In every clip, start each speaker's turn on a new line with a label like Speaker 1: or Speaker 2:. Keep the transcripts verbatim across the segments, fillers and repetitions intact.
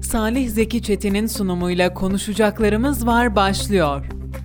Speaker 1: Salih Zeki Çetin'in sunumuyla konuşacaklarımız var başlıyor.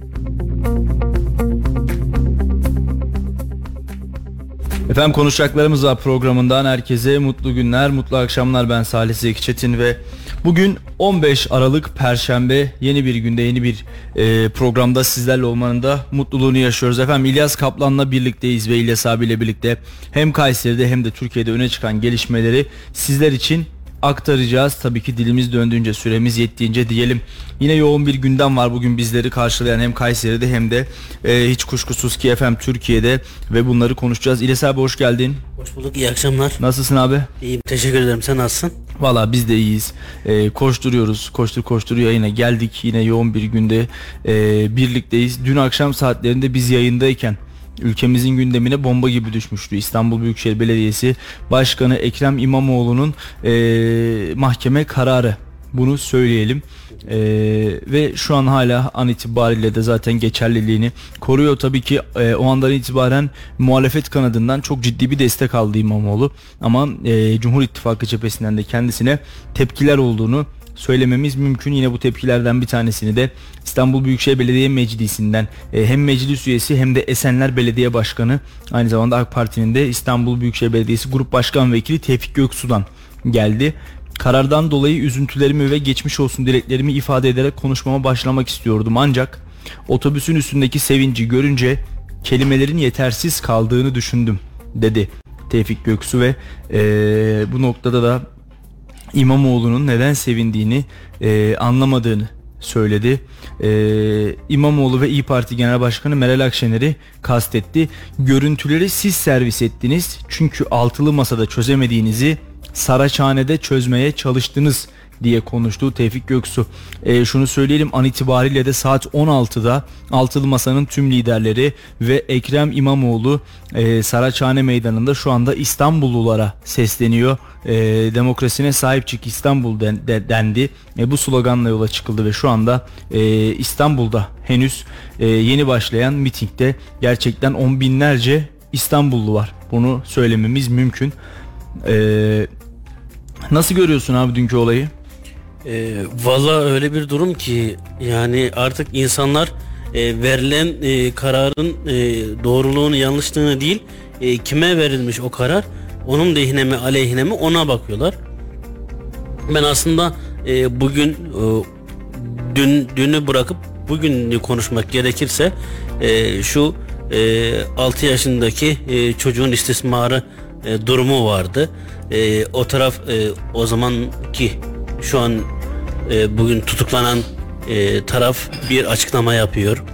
Speaker 2: Efendim konuşacaklarımız var programından herkese mutlu günler, mutlu akşamlar. Ben Salih Zeki Çetin ve bugün on beş Aralık Perşembe, yeni bir günde yeni bir e, programda sizlerle olmanın da mutluluğunu yaşıyoruz. Efendim İlyas Kaplan'la birlikteyiz ve İlyas abiyle birlikte hem Kayseri'de hem de Türkiye'de öne çıkan gelişmeleri sizler için aktaracağız. Tabii ki dilimiz döndüğünce, süremiz yettiğince diyelim. Yine yoğun bir gündem var bugün bizleri karşılayan hem Kayseri'de hem de e, hiç kuşkusuz ki efendim Türkiye'de ve bunları konuşacağız. İlyas abi hoş geldin.
Speaker 3: Hoş bulduk, iyi akşamlar.
Speaker 2: Nasılsın abi?
Speaker 3: İyiyim, teşekkür ederim. Sen nasılsın?
Speaker 2: Valla biz de iyiyiz. E, koşturuyoruz. Koştur koştur yayına geldik. Yine yoğun bir günde e, birlikteyiz. Dün akşam saatlerinde biz yayındayken ülkemizin gündemine bomba gibi düşmüştü. İstanbul Büyükşehir Belediyesi Başkanı Ekrem İmamoğlu'nun e, mahkeme kararı. Bunu söyleyelim. Ee, ve şu an hala an itibariyle de zaten geçerliliğini koruyor. Tabii ki e, o andan itibaren muhalefet kanadından çok ciddi bir destek aldı İmamoğlu. Ama e, Cumhur İttifakı cephesinden de kendisine tepkiler olduğunu söylememiz mümkün. Yine bu tepkilerden bir tanesini de İstanbul Büyükşehir Belediye Meclisi'nden e, hem meclis üyesi hem de Esenler Belediye Başkanı, aynı zamanda AK Parti'nin de İstanbul Büyükşehir Belediyesi Grup Başkan Vekili Tevfik Göksu'dan geldi. Karardan dolayı üzüntülerimi ve geçmiş olsun dileklerimi ifade ederek konuşmama başlamak istiyordum. Ancak otobüsün üstündeki sevinci görünce kelimelerin yetersiz kaldığını düşündüm dedi Tevfik Göksu ve e, bu noktada da İmamoğlu'nun neden sevindiğini e, anlamadığını söyledi. Ee, İmamoğlu ve İYİ Parti Genel Başkanı Meral Akşener'i kastetti. Görüntüleri siz servis ettiniz çünkü altılı masada çözemediğinizi Saraçhane'de çözmeye çalıştınız diye konuştu Tevfik Göksu. E, şunu söyleyelim, an itibariyle de saat on altıda Altılı Masa'nın tüm liderleri ve Ekrem İmamoğlu e, Saraçhane Meydanı'nda şu anda İstanbullulara sesleniyor. E, demokrasine sahip çık İstanbul den, de, dendi. E, bu sloganla yola çıkıldı ve şu anda e, İstanbul'da henüz e, yeni başlayan mitingde gerçekten on binlerce İstanbullu var. Bunu söylememiz mümkün. Eee Nasıl görüyorsun abi dünkü olayı?
Speaker 3: E, Valla öyle bir durum ki yani artık insanlar e, verilen e, kararın e, doğruluğunu yanlışlığını değil e, kime verilmiş o karar, onun lehine mi aleyhine mi ona bakıyorlar. Ben aslında e, bugün e, dün dünü bırakıp bugün konuşmak gerekirse e, şu e, altı yaşındaki e, çocuğun istismarı e, durumu vardı. E, o taraf e, o zamanki şu an e, bugün tutuklanan e, taraf bir açıklama yapıyor.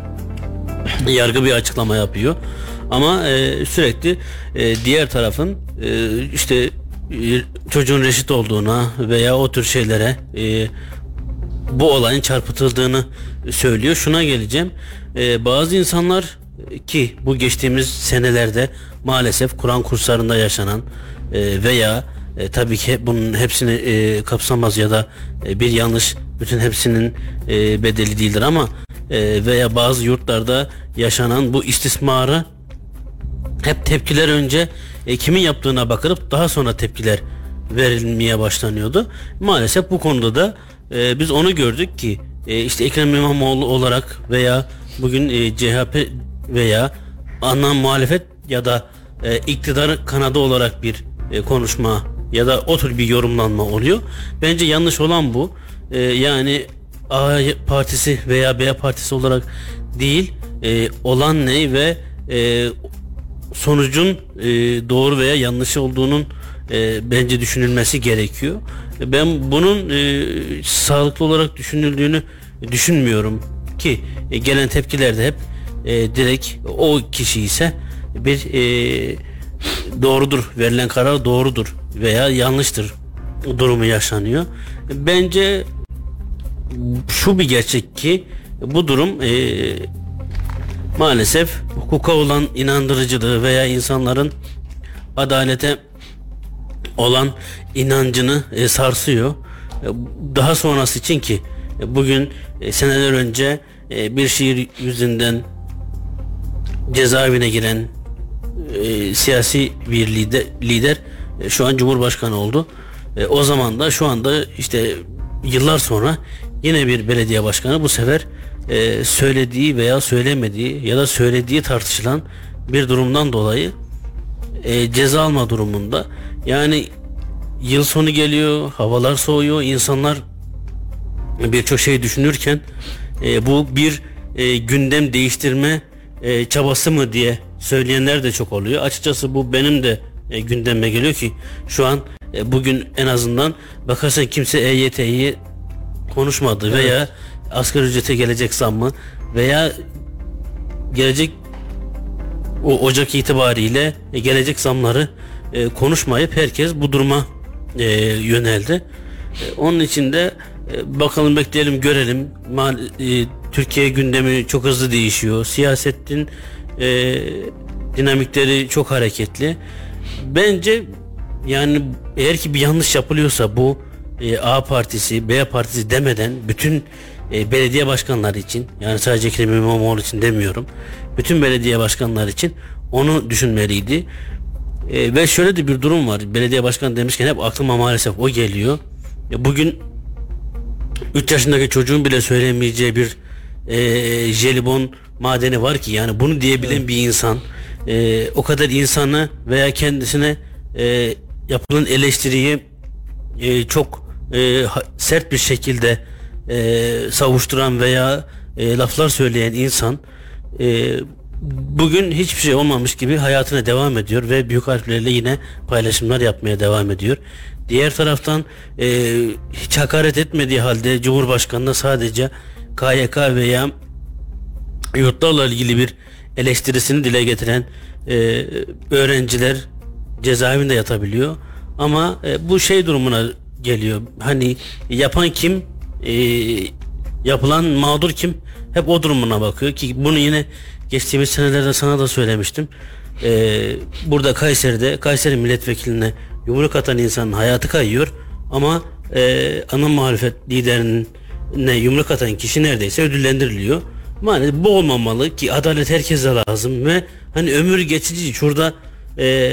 Speaker 3: Yargı bir açıklama yapıyor. Ama e, sürekli e, diğer tarafın e, işte e, çocuğun reşit olduğuna veya o tür şeylere e, bu olayın çarpıtıldığını söylüyor. Şuna geleceğim. E, bazı insanlar ki bu geçtiğimiz senelerde maalesef Kur'an kurslarında yaşanan e, veya e, tabii ki bunun hepsini e, kapsamaz ya da e, bir yanlış bütün hepsinin e, bedeli değildir ama e, veya bazı yurtlarda yaşanan bu istismarı hep tepkiler önce e, kimin yaptığına bakılıp daha sonra tepkiler verilmeye başlanıyordu. Maalesef bu konuda da e, biz onu gördük ki e, işte Ekrem İmamoğlu olarak veya bugün e, C H P veya ana muhalefet ya da e, iktidar kanadı olarak bir e, konuşma ya da o tür bir yorumlanma oluyor. Bence yanlış olan bu. E, yani A partisi veya B partisi olarak değil, e, olan ne ve e, sonucun e, doğru veya yanlış olduğunun e, bence düşünülmesi gerekiyor. Ben bunun e, sağlıklı olarak düşünüldüğünü düşünmüyorum ki e, gelen tepkiler de hep e, direkt o kişi ise bir e, doğrudur, verilen karar doğrudur veya yanlıştır durumu yaşanıyor. Bence şu bir gerçek ki bu durum e, maalesef hukuka olan inandırıcılığı veya insanların adalete olan inancını e, sarsıyor. E, daha sonrası için ki e, bugün e, seneler önce e, bir şiir yüzünden cezaevine giren e, siyasi bir lider, lider e, şu an Cumhurbaşkanı oldu. E, o zaman da şu anda işte yıllar sonra yine bir belediye başkanı bu sefer e, söylediği veya söylemediği ya da söylediği tartışılan bir durumdan dolayı e, ceza alma durumunda. Yani yıl sonu geliyor, havalar soğuyor, insanlar birçok şey düşünürken e, bu bir e, gündem değiştirme e, çabası mı diye söyleyenler de çok oluyor. Açıkçası bu benim de e, gündeme geliyor ki şu an e, bugün en azından bakarsan kimse E Y T'yi konuşmadı, evet, veya asgari ücrete gelecek zam mı veya gelecek o Ocak itibariyle e, gelecek zamları e, konuşmayıp herkes bu duruma e, yöneldi. E, onun için de e, bakalım, bekleyelim, görelim. Mal, e, Türkiye gündemi çok hızlı değişiyor. Siyasetin e, dinamikleri çok hareketli. Bence yani eğer ki bir yanlış yapılıyorsa bu e, A partisi, B partisi demeden bütün e, belediye başkanları için, yani sadece Ekrem İmamoğlu için demiyorum, bütün belediye başkanları için onu düşünmeliydi. E, ve şöyle de bir durum var. Belediye başkanı demişken hep aklıma maalesef o geliyor. E, bugün üç yaşındaki çocuğun bile söylemeyeceği bir e, jelibon madeni var ki, yani bunu diyebilen, evet, bir insan e, o kadar insanı veya kendisine e, yapılan eleştiriyi e, çok e, sert bir şekilde e, savuşturan veya e, laflar söyleyen insan e, bugün hiçbir şey olmamış gibi hayatına devam ediyor ve büyük harflerle yine paylaşımlar yapmaya devam ediyor. Diğer taraftan e, hiç hakaret etmediği halde Cumhurbaşkanı'na sadece K Y K veya yurtlarla ilgili bir eleştirisini dile getiren e, öğrenciler cezaevinde yatabiliyor. Ama e, bu şey durumuna geliyor. Hani yapan kim, e, yapılan mağdur kim? Hep o durumuna bakıyor ki bunu yine geçtiğimiz senelerde sana da söylemiştim. E, burada Kayseri'de Kayseri milletvekiline yumruk atan insanın hayatı kayıyor ama e, ana muhalefet liderine yumruk atan kişi neredeyse ödüllendiriliyor. Maalesef bu olmamalı ki adalet herkese lazım ve hani ömür geçici. Şurada e,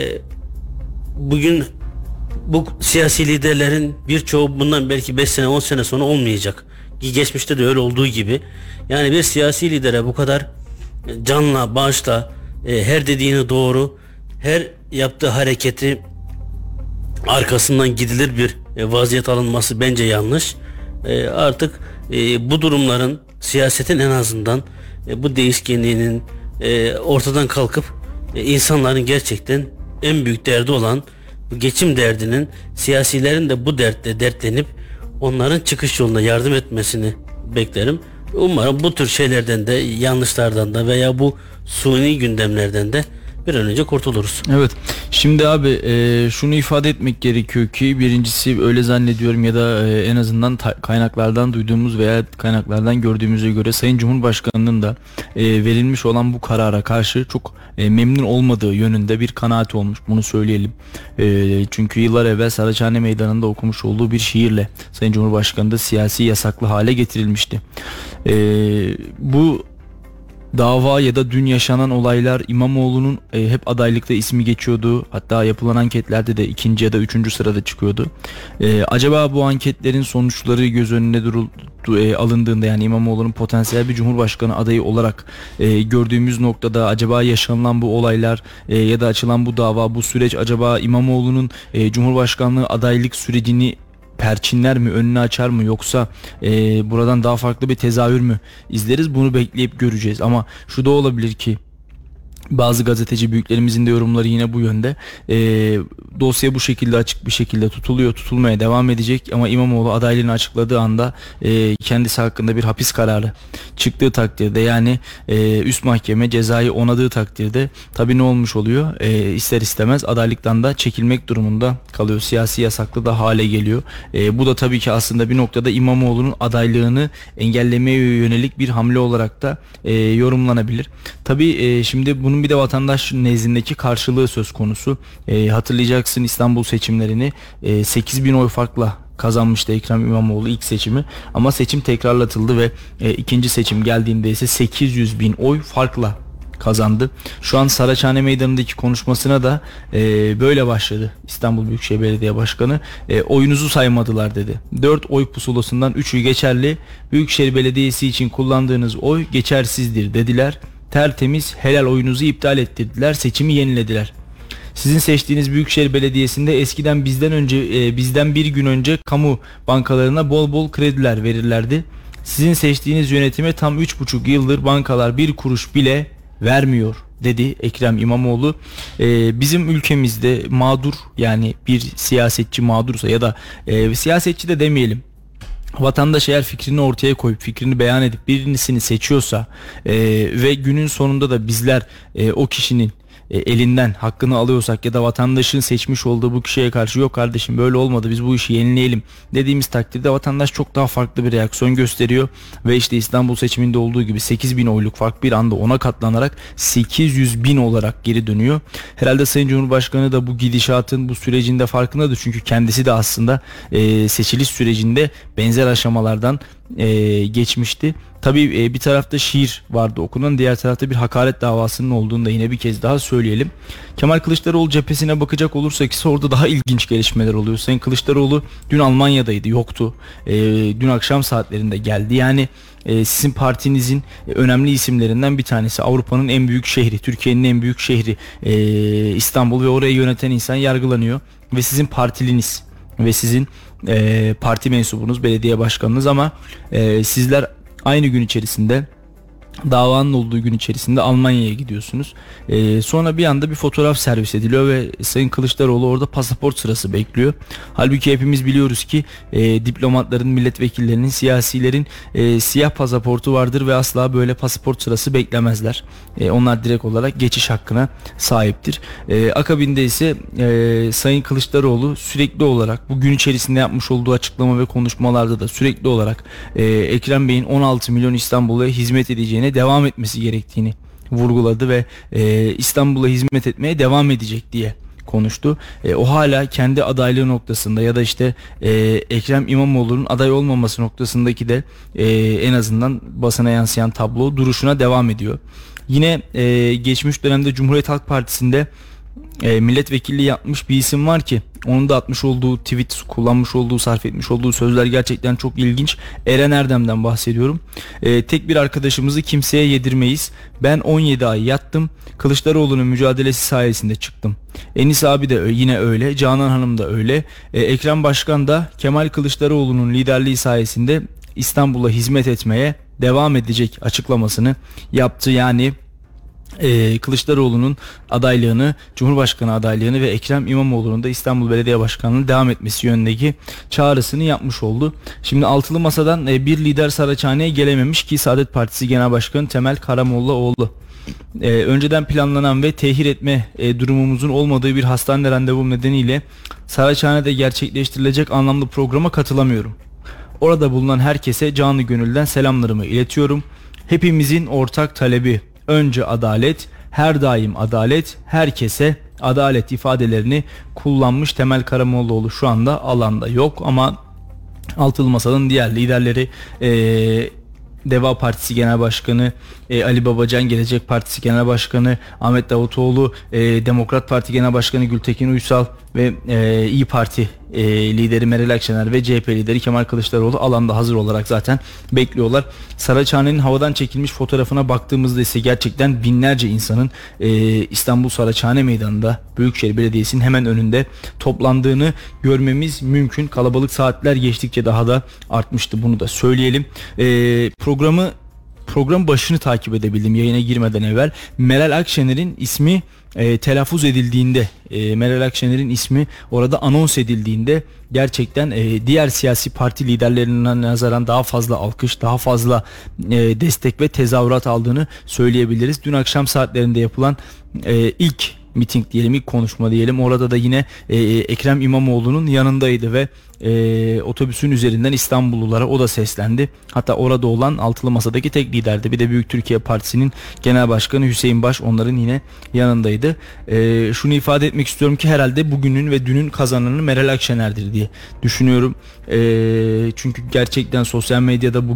Speaker 3: bugün bu siyasi liderlerin birçoğu bundan belki beş sene on sene sonra olmayacak. Ki geçmişte de öyle olduğu gibi. Yani bir siyasi lidere bu kadar canla başla e, her dediğini doğru, her yaptığı hareketi arkasından gidilir bir e, vaziyet alınması bence yanlış. E, artık e, bu durumların, siyasetin en azından e, bu değişkenliğinin e, ortadan kalkıp e, insanların gerçekten en büyük derdi olan bu geçim derdinin, siyasilerin de bu dertte dertlenip onların çıkış yoluna yardım etmesini beklerim. Umarım bu tür şeylerden de, yanlışlardan da veya bu suni gündemlerden de bir an önce kurtuluruz.
Speaker 2: Evet. Şimdi abi e, şunu ifade etmek gerekiyor ki birincisi öyle zannediyorum ya da e, en azından ta- kaynaklardan duyduğumuz veya kaynaklardan gördüğümüze göre Sayın Cumhurbaşkanı'nın da e, verilmiş olan bu karara karşı çok e, memnun olmadığı yönünde bir kanaat olmuş. Bunu söyleyelim. E, çünkü yıllar evvel Saraçhane Meydanı'nda okumuş olduğu bir şiirle Sayın Cumhurbaşkanı da siyasi yasaklı hale getirilmişti. E, bu dava ya da dün yaşanan olaylar İmamoğlu'nun e, hep adaylıkta ismi geçiyordu. Hatta yapılan anketlerde de ikinci ya da üçüncü sırada çıkıyordu. E, acaba bu anketlerin sonuçları göz önüne duruldu, e, alındığında, yani İmamoğlu'nun potansiyel bir cumhurbaşkanı adayı olarak e, gördüğümüz noktada acaba yaşanılan bu olaylar e, ya da açılan bu dava, bu süreç acaba İmamoğlu'nun e, cumhurbaşkanlığı adaylık sürecini perçinler mi, önünü açar mı, yoksa e, buradan daha farklı bir tezahür mü izleriz? Bunu bekleyip göreceğiz. Ama şu da olabilir ki bazı gazeteci büyüklerimizin de yorumları yine bu yönde. E, dosya bu şekilde açık bir şekilde tutuluyor, tutulmaya devam edecek ama İmamoğlu adaylığını açıkladığı anda e, kendisi hakkında bir hapis kararı çıktığı takdirde, yani e, üst mahkeme cezayı onadığı takdirde tabii ne olmuş oluyor? E, ister istemez adaylıktan da çekilmek durumunda kalıyor. Siyasi yasaklı da hale geliyor. E, bu da tabii ki aslında bir noktada İmamoğlu'nun adaylığını engellemeye yönelik bir hamle olarak da e, yorumlanabilir. Tabii e, şimdi bunun bir de vatandaş nezdindeki karşılığı söz konusu. E, hatırlayacaksın İstanbul seçimlerini e, sekiz bin oy farkla kazanmıştı Ekrem İmamoğlu ilk seçimi, ama seçim tekrarlatıldı ve e, ikinci seçim geldiğinde ise sekiz yüz bin oy farkla kazandı. Şu an Saraçhane Meydanı'ndaki konuşmasına da e, böyle başladı İstanbul Büyükşehir Belediye Başkanı. E, oyunuzu saymadılar dedi. dört oy pusulasından üçü geçerli. Büyükşehir Belediyesi için kullandığınız oy geçersizdir dediler. Tertemiz helal oyunuzu iptal ettirdiler. Seçimi yenilediler. Sizin seçtiğiniz Büyükşehir Belediyesi'nde eskiden bizden önce e, bizden bir gün önce kamu bankalarına bol bol krediler verirlerdi. Sizin seçtiğiniz yönetime tam üç buçuk yıldır bankalar bir kuruş bile vermiyor dedi Ekrem İmamoğlu. Ee, bizim ülkemizde mağdur, yani bir siyasetçi mağdursa ya da e, siyasetçi de demeyelim, vatandaş eğer fikrini ortaya koyup fikrini beyan edip birisini seçiyorsa e, ve günün sonunda da bizler e, o kişinin e, elinden hakkını alıyorsak ya da vatandaşın seçmiş olduğu bu kişiye karşı yok kardeşim böyle olmadı biz bu işi yenileyelim dediğimiz takdirde vatandaş çok daha farklı bir reaksiyon gösteriyor ve işte İstanbul seçiminde olduğu gibi sekiz bin oyluk fark bir anda ona katlanarak sekiz yüz bin olarak geri dönüyor. Herhalde Sayın Cumhurbaşkanı da bu gidişatın bu sürecinde farkındadır çünkü kendisi de aslında e, seçiliş sürecinde benzer aşamalardan e, geçmişti. Tabii e, bir tarafta şiir vardı okunan, diğer tarafta bir hakaret davasının olduğunu da yine bir kez daha söyleyelim. Kemal Kılıçdaroğlu cephesine bakacak olursak ise orada daha ilginç gelişmeler oluyor. Sayın Kılıçdaroğlu dün Almanya'daydı, yoktu. E, dün akşam saatlerinde geldi. Yani e, sizin partinizin e, önemli isimlerinden bir tanesi, Avrupa'nın en büyük şehri, Türkiye'nin en büyük şehri e, İstanbul ve orayı yöneten insan yargılanıyor ve sizin partiliniz ve sizin e, parti mensubunuz, belediye başkanınız ama e, sizler aynı gün içerisinde, davanın olduğu gün içerisinde Almanya'ya gidiyorsunuz. Ee, sonra bir anda bir fotoğraf servis ediliyor ve Sayın Kılıçdaroğlu orada pasaport sırası bekliyor. Halbuki hepimiz biliyoruz ki e, diplomatların, milletvekillerinin, siyasilerin e, siyah pasaportu vardır ve asla böyle pasaport sırası beklemezler. E, onlar direkt olarak geçiş hakkına sahiptir. E, akabinde ise e, Sayın Kılıçdaroğlu sürekli olarak bu gün içerisinde yapmış olduğu açıklama ve konuşmalarda da sürekli olarak e, Ekrem Bey'in on altı milyon İstanbul'a hizmet edeceğine devam etmesi gerektiğini vurguladı ve e, İstanbul'a hizmet etmeye devam edecek diye konuştu. E, o hala kendi adaylığı noktasında ya da işte e, Ekrem İmamoğlu'nun aday olmaması noktasındaki de e, en azından basına yansıyan tablo duruşuna devam ediyor. Yine e, geçmiş dönemde Cumhuriyet Halk Partisi'nde e, milletvekilliği yapmış bir isim var ki onun da atmış olduğu tweet, kullanmış olduğu, sarf etmiş olduğu sözler gerçekten çok ilginç. Eren Erdem'den bahsediyorum. E, tek bir arkadaşımızı kimseye yedirmeyiz. Ben on yedi ay yattım. Kılıçdaroğlu'nun mücadelesi sayesinde çıktım. Enis abi de yine öyle. Canan Hanım da öyle. E, Ekrem Başkan da Kemal Kılıçdaroğlu'nun liderliği sayesinde İstanbul'a hizmet etmeye devam edecek açıklamasını yaptı. Yani Ee, Kılıçdaroğlu'nun adaylığını, Cumhurbaşkanı adaylığını ve Ekrem İmamoğlu'nun da İstanbul Belediye Başkanlığı'nın devam etmesi yönündeki çağrısını yapmış oldu. Şimdi altılı masadan e, bir lider Saraçhane'ye gelememiş ki Saadet Partisi Genel Başkanı Temel Karamollaoğlu. Ee, önceden planlanan ve tehir etme e, durumumuzun olmadığı bir hastane randevum nedeniyle Saraçhane'de gerçekleştirilecek anlamlı programa katılamıyorum. Orada bulunan herkese canı gönülden selamlarımı iletiyorum. Hepimizin ortak talebi önce adalet, her daim adalet, herkese adalet ifadelerini kullanmış. Temel Karamollaoğlu şu anda alanda yok ama altılı masanın diğer liderleri ee, Deva Partisi Genel Başkanı e, Ali Babacan, Gelecek Partisi Genel Başkanı Ahmet Davutoğlu, e, Demokrat Parti Genel Başkanı Gültekin Uysal ve e, İyi Parti e, lideri Meral Akşener ve C H P lideri Kemal Kılıçdaroğlu alanda hazır olarak zaten bekliyorlar. Saraçhane'nin havadan çekilmiş fotoğrafına baktığımızda ise gerçekten binlerce insanın e, İstanbul Saraçhane Meydanı'nda Büyükşehir Belediyesi'nin hemen önünde toplandığını görmemiz mümkün. Kalabalık saatler geçtikçe daha da artmıştı, bunu da söyleyelim. E, programı Program başını takip edebildim yayına girmeden evvel. Meral Akşener'in ismi e, telaffuz edildiğinde, e, Meral Akşener'in ismi orada anons edildiğinde gerçekten e, diğer siyasi parti liderlerine nazaran daha fazla alkış, daha fazla e, destek ve tezahürat aldığını söyleyebiliriz. Dün akşam saatlerinde yapılan e, ilk miting diyelim, ilk konuşma diyelim. Orada da yine e, Ekrem İmamoğlu'nun yanındaydı ve e, otobüsün üzerinden İstanbullulara o da seslendi. Hatta orada olan altılı masadaki tek liderdi. Bir de Büyük Türkiye Partisi'nin Genel Başkanı Hüseyin Baş onların yine yanındaydı. E, şunu ifade etmek istiyorum ki herhalde bugünün ve dünün kazananı Meral Akşener'dir diye düşünüyorum. E, çünkü gerçekten sosyal medyada bugün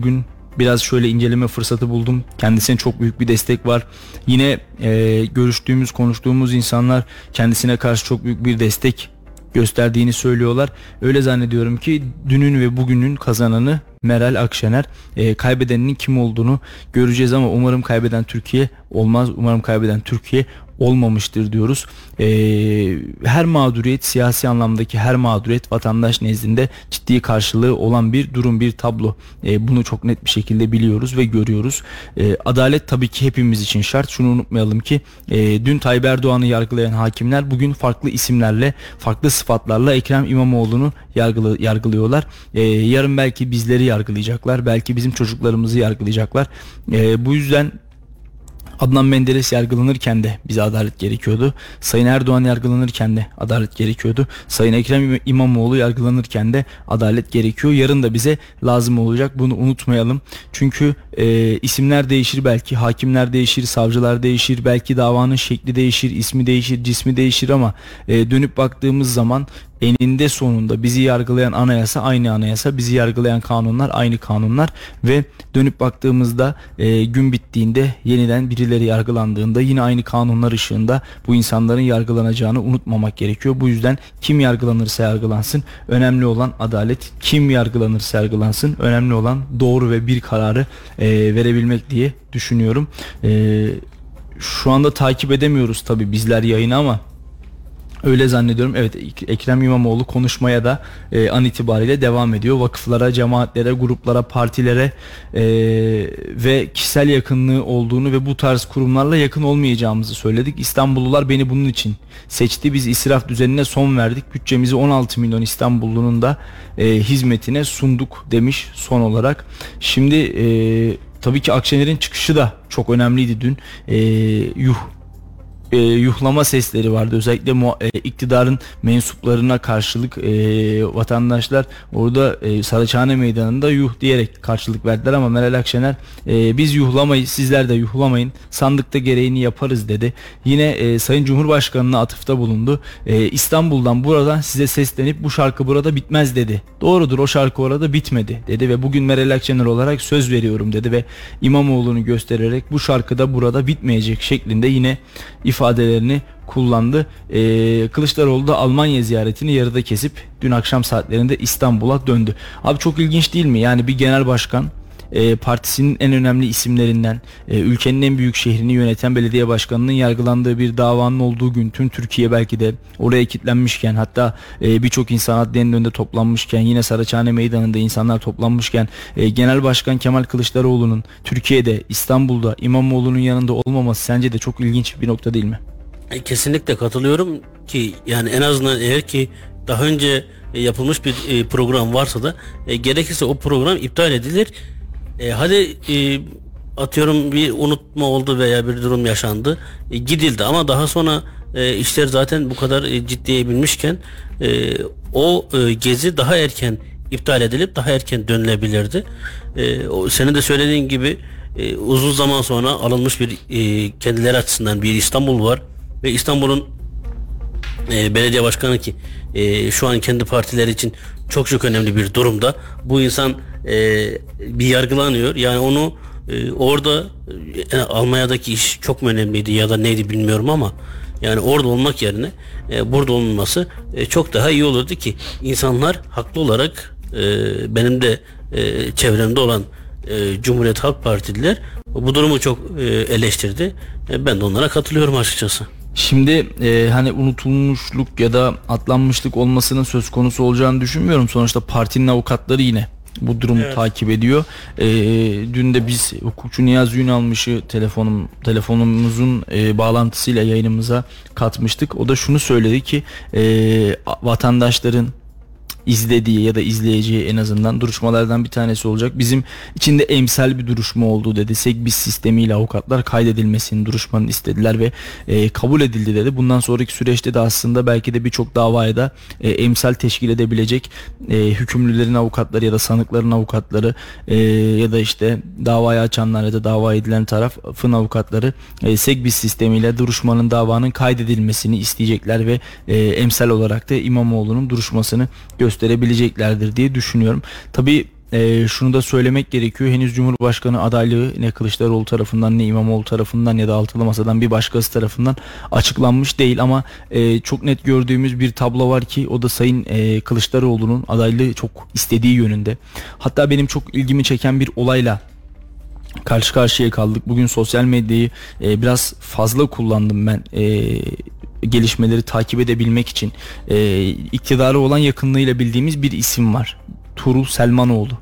Speaker 2: biraz şöyle inceleme fırsatı buldum. Kendisine çok büyük bir destek var. Yine e, görüştüğümüz, konuştuğumuz insanlar kendisine karşı çok büyük bir destek gösterdiğini söylüyorlar. Öyle zannediyorum ki dünün ve bugünün kazananı Meral Akşener. E, kaybedenin kim olduğunu göreceğiz ama umarım kaybeden Türkiye olmaz. Umarım kaybeden Türkiye olmamıştır diyoruz. E, her mağduriyet, siyasi anlamdaki her mağduriyet vatandaş nezdinde ciddi karşılığı olan bir durum, bir tablo. E, bunu çok net bir şekilde biliyoruz ve görüyoruz. E, adalet tabii ki hepimiz için şart. Şunu unutmayalım ki e, dün Tayyip Erdoğan'ı yargılayan hakimler bugün farklı isimlerle, farklı sıfatlarla Ekrem İmamoğlu'nu yargılı, yargılıyorlar. E, yarın belki bizleri yargılayacaklar. Belki bizim çocuklarımızı yargılayacaklar. E, bu yüzden Adnan Menderes yargılanırken de bize adalet gerekiyordu. Sayın Erdoğan yargılanırken de adalet gerekiyordu. Sayın Ekrem İmamoğlu yargılanırken de adalet gerekiyor. Yarın da bize lazım olacak. Bunu unutmayalım. Çünkü e, isimler değişir belki, hakimler değişir, savcılar değişir, belki davanın şekli değişir, ismi değişir, cismi değişir ama e, dönüp baktığımız zaman eninde sonunda bizi yargılayan anayasa aynı anayasa, bizi yargılayan kanunlar aynı kanunlar ve dönüp baktığımızda e, gün bittiğinde yeniden birileri yargılandığında yine aynı kanunlar ışığında bu insanların yargılanacağını unutmamak gerekiyor. Bu yüzden kim yargılanırsa yargılansın, önemli olan adalet. Kim yargılanırsa yargılansın, önemli olan doğru ve bir kararı e, verebilmek diye düşünüyorum. E, şu anda takip edemiyoruz tabii bizler yayını ama öyle zannediyorum. Evet, Ekrem İmamoğlu konuşmaya da e, an itibariyle devam ediyor. Vakıflara, cemaatlere, gruplara, partilere e, ve kişisel yakınlığı olduğunu ve bu tarz kurumlarla yakın olmayacağımızı söyledik. İstanbullular beni bunun için seçti. Biz israf düzenine son verdik. Bütçemizi on altı milyon İstanbullunun da e, hizmetine sunduk demiş son olarak. Şimdi e, tabii ki Akşener'in çıkışı da çok önemliydi dün. E, yuh E, yuhlama sesleri vardı. Özellikle mu- e, iktidarın mensuplarına karşılık e, vatandaşlar orada e, Saraçhane Meydanı'nda yuh diyerek karşılık verdiler ama Meral Akşener e, biz yuhlamayız, sizler de yuhlamayın, sandıkta gereğini yaparız dedi. Yine e, Sayın Cumhurbaşkanı'na atıfta bulundu. E, İstanbul'dan buradan size seslenip bu şarkı burada bitmez dedi. Doğrudur, o şarkı orada bitmedi dedi ve bugün Meral Akşener olarak söz veriyorum dedi ve İmamoğlu'nu göstererek bu şarkı da burada bitmeyecek şeklinde yine ifadelerini kullandı. Ee, Kılıçdaroğlu da Almanya ziyaretini yarıda kesip dün akşam saatlerinde İstanbul'a döndü. Abi çok ilginç değil mi? Yani bir genel başkan e, partisinin en önemli isimlerinden, e, ülkenin en büyük şehrini yöneten belediye başkanının yargılandığı bir davanın olduğu gün tüm Türkiye belki de oraya kilitlenmişken, hatta e, birçok insan adliyenin önünde toplanmışken, yine Saraçhane Meydanı'nda insanlar toplanmışken e, Genel Başkan Kemal Kılıçdaroğlu'nun Türkiye'de, İstanbul'da İmamoğlu'nun yanında olmaması sence de çok ilginç bir nokta değil mi?
Speaker 3: Kesinlikle katılıyorum ki yani en azından eğer ki daha önce yapılmış bir program varsa da e, gerekirse o program iptal edilir. E, hadi e, atıyorum bir unutma oldu veya bir durum yaşandı, e, gidildi ama daha sonra e, işler zaten bu kadar e, ciddiye binmişken e, o e, gezi daha erken iptal edilip daha erken dönülebilirdi. E, o, senin de söylediğin gibi e, uzun zaman sonra alınmış bir e, kendileri açısından bir İstanbul var ve İstanbul'un e, belediye başkanı ki e, şu an kendi partileri için çok çok önemli bir durumda. Bu insan e, bir yargılanıyor. Yani onu e, orada e, Almanya'daki iş çok mu önemliydi ya da neydi bilmiyorum ama yani orada olmak yerine e, burada olması e, çok daha iyi olurdu ki insanlar haklı olarak e, benim de e, çevremde olan e, Cumhuriyet Halk Partililer bu durumu çok e, eleştirdi. E, ben de onlara katılıyorum açıkçası.
Speaker 2: Şimdi e, hani unutulmuşluk ya da atlanmışlık olmasının söz konusu olacağını düşünmüyorum. Sonuçta partinin avukatları yine bu durumu evet. takip ediyor. E, dün de biz hukukçu Niyazi Ünalmış'ı telefonum telefonumuzun e, bağlantısıyla yayınımıza katmıştık. O da şunu söyledi ki e, vatandaşların izlediği ya da izleyeceği en azından duruşmalardan bir tanesi olacak. Bizim içinde emsal bir duruşma olduğu dedi. Segbis sistemiyle avukatlar kaydedilmesini, duruşmanın istediler ve e, kabul edildi dedi. Bundan sonraki süreçte de aslında belki de birçok davaya da e, emsal teşkil edebilecek e, hükümlülerin avukatları ya da sanıkların avukatları e, ya da işte davayı açanlar ya da dava edilen tarafın avukatları e, Segbis sistemiyle duruşmanın, davanın kaydedilmesini isteyecekler ve e, emsal olarak da İmamoğlu'nun duruşmasını gösterebileceklerdir diye düşünüyorum. Tabii e, şunu da söylemek gerekiyor. Henüz Cumhurbaşkanı adaylığı ne Kılıçdaroğlu tarafından ne İmamoğlu tarafından ya da altılı masadan bir başkası tarafından açıklanmış değil ama e, çok net gördüğümüz bir tablo var ki o da Sayın e, Kılıçdaroğlu'nun adaylığı çok istediği yönünde. Hatta benim çok ilgimi çeken bir olayla karşı karşıya kaldık. Bugün sosyal medyayı e, biraz fazla kullandım ben. E, gelişmeleri takip edebilmek için. E, iktidarı olan yakınlığıyla bildiğimiz bir isim var. Tuğrul Selmanoğlu.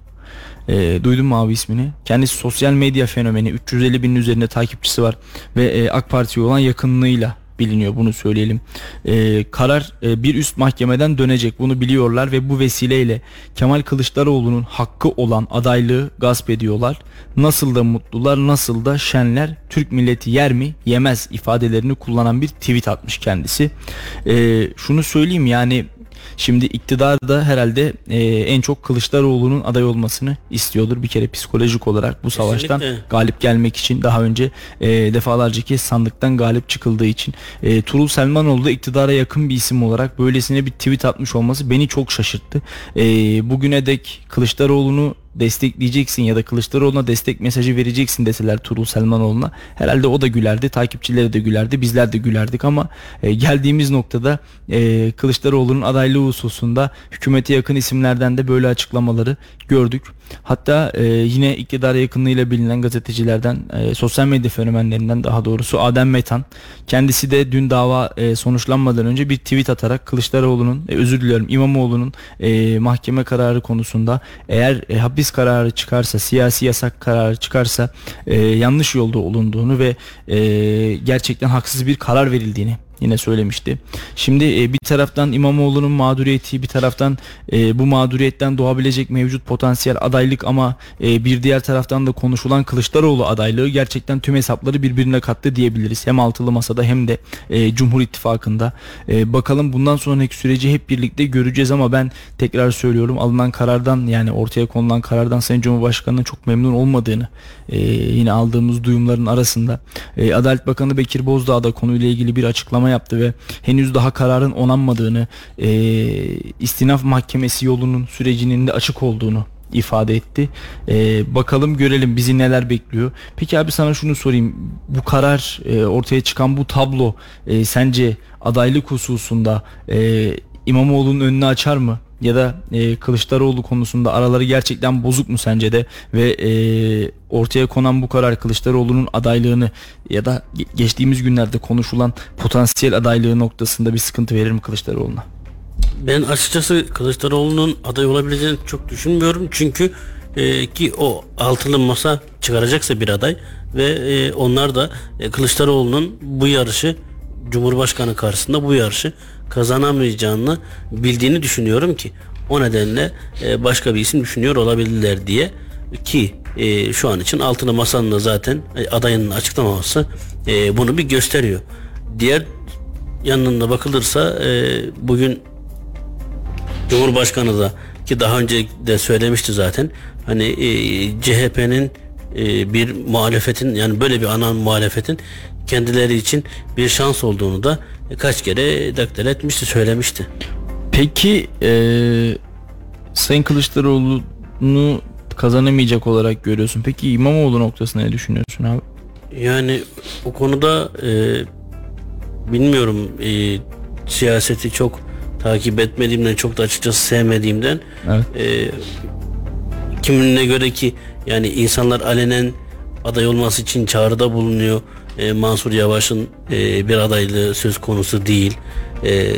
Speaker 2: E, duydun mu abi ismini? Kendisi sosyal medya fenomeni. üç yüz elli binin üzerinde takipçisi var ve e, AK Parti'ye olan yakınlığıyla biliniyor, bunu söyleyelim. Ee, karar e, bir üst mahkemeden dönecek, bunu biliyorlar ve bu vesileyle Kemal Kılıçdaroğlu'nun hakkı olan adaylığı gasp ediyorlar. Nasıl da mutlular, nasıl da şenler. Türk milleti yer mi yemez ifadelerini kullanan bir tweet atmış kendisi. Ee, şunu söyleyeyim, yani şimdi iktidar da herhalde e, en çok Kılıçdaroğlu'nun aday olmasını istiyordur. Bir kere psikolojik olarak bu savaştan
Speaker 3: Kesinlikle
Speaker 2: galip gelmek için, daha önce e, defalarca kez sandıktan galip çıkıldığı için. E, Tuğrul Selmanoğlu da iktidara yakın bir isim olarak böylesine bir tweet atmış olması beni çok şaşırttı. E, bugüne dek Kılıçdaroğlu'nu destekleyeceksin ya da Kılıçdaroğlu'na destek mesajı vereceksin deseler Tuğrul Selmanoğlu'na, herhalde o da gülerdi, takipçileri de gülerdi, bizler de gülerdik ama e, geldiğimiz noktada e, Kılıçdaroğlu'nun adaylığı hususunda hükümete yakın isimlerden de böyle açıklamaları gördük. Hatta e, yine iktidara yakınlığıyla bilinen gazetecilerden, e, sosyal medya fenomenlerinden daha doğrusu Adem Metan, kendisi de dün dava e, sonuçlanmadan önce bir tweet atarak Kılıçdaroğlu'nun, e, özür diliyorum İmamoğlu'nun e, mahkeme kararı konusunda eğer e, hapis kararı çıkarsa, siyasi yasak kararı çıkarsa e, yanlış yolda olunduğunu ve e, gerçekten haksız bir karar verildiğini yine söylemişti. Şimdi e, bir taraftan İmamoğlu'nun mağduriyeti, bir taraftan e, bu mağduriyetten doğabilecek mevcut potansiyel adaylık ama e, bir diğer taraftan da konuşulan Kılıçdaroğlu adaylığı gerçekten tüm hesapları birbirine kattı diyebiliriz. Hem altılı masada hem de e, Cumhur İttifakı'nda. E, bakalım bundan sonraki süreci hep birlikte göreceğiz ama ben tekrar söylüyorum, alınan karardan, yani ortaya konulan karardan Sayın Cumhurbaşkanı'nın çok memnun olmadığını e, yine aldığımız duyumların arasında. E, Adalet Bakanı Bekir Bozdağ da konuyla ilgili bir açıklama yaptı ve henüz daha kararın onanmadığını, e, istinaf mahkemesi yolunun sürecinin de açık olduğunu ifade etti. E, bakalım görelim bizi neler bekliyor. Peki abi sana şunu sorayım. Bu karar, e, ortaya çıkan bu tablo e, sence adaylık hususunda e, İmamoğlu'nun önünü açar mı? Ya da e, Kılıçdaroğlu konusunda araları gerçekten bozuk mu sence de ve e, ortaya konan bu karar Kılıçdaroğlu'nun adaylığını ya da geçtiğimiz günlerde konuşulan potansiyel adaylığı noktasında bir sıkıntı verir mi Kılıçdaroğlu'na?
Speaker 3: Ben açıkçası Kılıçdaroğlu'nun aday olabileceğini çok düşünmüyorum. Çünkü e, ki o altılı masa çıkaracaksa bir aday ve e, onlar da e, Kılıçdaroğlu'nun bu yarışı, Cumhurbaşkanı karşısında bu yarışı kazanamayacağını bildiğini düşünüyorum ki o nedenle e, başka bir isim düşünüyor olabilirler diye, ki e, şu an için altılı masanın da zaten e, adayının açıklamaması e, bunu bir gösteriyor. Diğer yanına bakılırsa e, bugün Cumhurbaşkanı da, ki daha önce de söylemişti zaten, hani e, C H P'nin e, bir muhalefetin, yani böyle bir ana muhalefetin kendileri için bir şans olduğunu da kaç kere deklar etmişti, söylemişti.
Speaker 2: Peki e, Sayın Kılıçdaroğlu'nu kazanamayacak olarak görüyorsun. Peki İmamoğlu noktasında ne düşünüyorsun abi?
Speaker 3: Yani o konuda e, bilmiyorum, e, siyaseti çok takip etmediğimden, çok da açıkçası sevmediğimden,
Speaker 2: evet.
Speaker 3: e, kimine göre ki yani insanlar alenen aday olması için çağrıda bulunuyor. E, Mansur Yavaş'ın e, bir adaylığı söz konusu değil. E,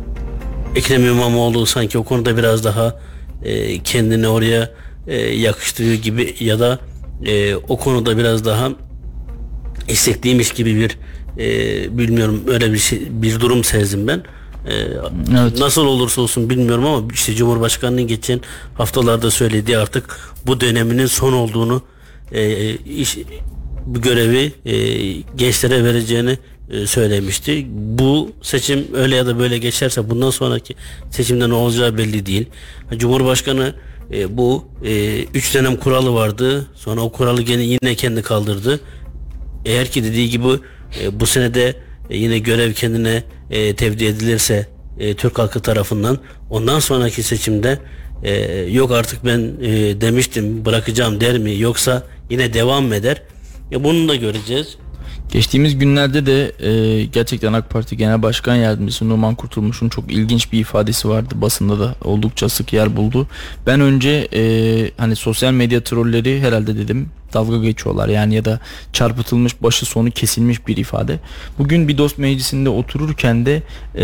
Speaker 3: Ekrem İmamoğlu sanki o konuda biraz daha e, kendini oraya e, yakıştırıyor gibi ya da e, o konuda biraz daha istekliymiş gibi bir e, bilmiyorum, öyle bir şey, bir durum sezdim ben. E, evet. Nasıl olursa olsun bilmiyorum ama işte Cumhurbaşkanı'nın geçen haftalarda söylediği artık bu döneminin son olduğunu, e, iş bu görevi e, gençlere vereceğini e, söylemişti. Bu seçim öyle ya da böyle geçerse bundan sonraki seçimde ne olacağı belli değil. Cumhurbaşkanı e, bu e, üç dönem kuralı vardı. Sonra o kuralı gene yine kendi kaldırdı. Eğer ki dediği gibi e, bu senede e, yine görev kendine e, tevdi edilirse e, Türk halkı tarafından, ondan sonraki seçimde e, yok artık ben e, demiştim bırakacağım der mi, yoksa yine devam mı eder? Ya bunu da göreceğiz.
Speaker 2: Geçtiğimiz günlerde de e, gerçekten AK Parti Genel Başkan Yardımcısı Numan Kurtulmuş'un çok ilginç bir ifadesi vardı. Basında da oldukça sık yer buldu. Ben önce e, hani sosyal medya trolleri herhalde dedim dalga geçiyorlar yani, ya da çarpıtılmış, başı sonu kesilmiş bir ifade. Bugün bir dost meclisinde otururken de e,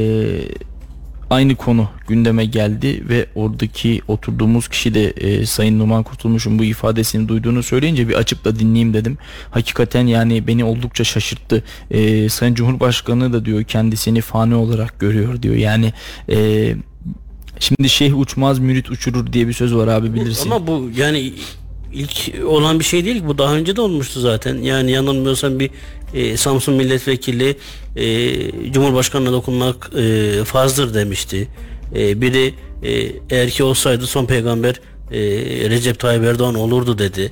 Speaker 2: aynı konu gündeme geldi ve oradaki oturduğumuz kişi de e, Sayın Numan Kurtulmuş'un bu ifadesini duyduğunu söyleyince bir açıp da dinleyeyim dedim. Hakikaten yani beni oldukça şaşırttı. E, Sayın Cumhurbaşkanı da diyor kendisini fani olarak görüyor diyor. Yani e, şimdi şeyh uçmaz mürit uçurur diye bir söz var abi, bilirsin.
Speaker 3: Ama bu yani ilk olan bir şey değil ki, bu daha önce de olmuştu zaten. Yani yanılmıyorsam bir e, Samsun milletvekili e, Cumhurbaşkanı'na dokunmak e, farzdır demişti. E, biri e, eğer ki olsaydı son peygamber e, Recep Tayyip Erdoğan olurdu dedi.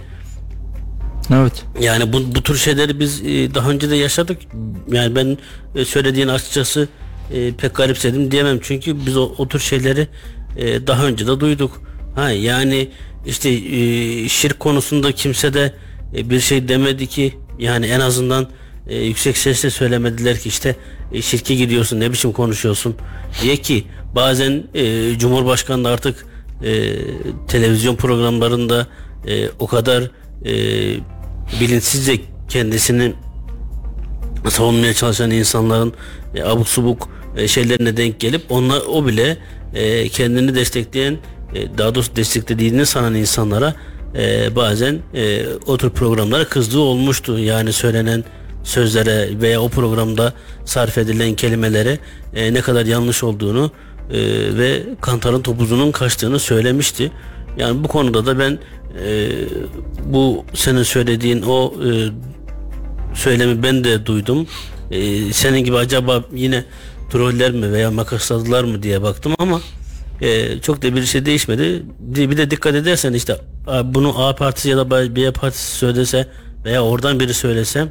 Speaker 2: Evet.
Speaker 3: Yani bu, bu tür şeyleri biz e, daha önce de yaşadık. Yani ben e, söylediğin açıkçası e, pek garipsedim diyemem. Çünkü biz o, o tür şeyleri e, daha önce de duyduk. Ha yani işte e, şirk konusunda kimse de e, bir şey demedi ki, yani en azından e, yüksek sesle söylemediler ki işte e, şirke gidiyorsun, ne biçim konuşuyorsun diye, ki bazen e, Cumhurbaşkanı da artık e, televizyon programlarında e, o kadar e, bilinçsizce kendisini savunmaya çalışan insanların e, abuk subuk e, şeylerine denk gelip onlar, o bile e, kendini destekleyen, e, daha doğrusu desteklediğini sanan insanlara e, bazen e, o tür programlara kızdığı olmuştu. Yani söylenen sözlere veya o programda sarf edilen kelimelere e, ne kadar yanlış olduğunu e, ve kantarın topuzunun kaçtığını söylemişti. Yani bu konuda da ben e, bu senin söylediğin o e, söylemi ben de duydum. E, senin gibi acaba yine troller mi veya makasladılar mı diye baktım ama e, çok da bir şey değişmedi. Bir de dikkat edersen işte bunu A partisi ya da B partisi söylese veya oradan biri söylese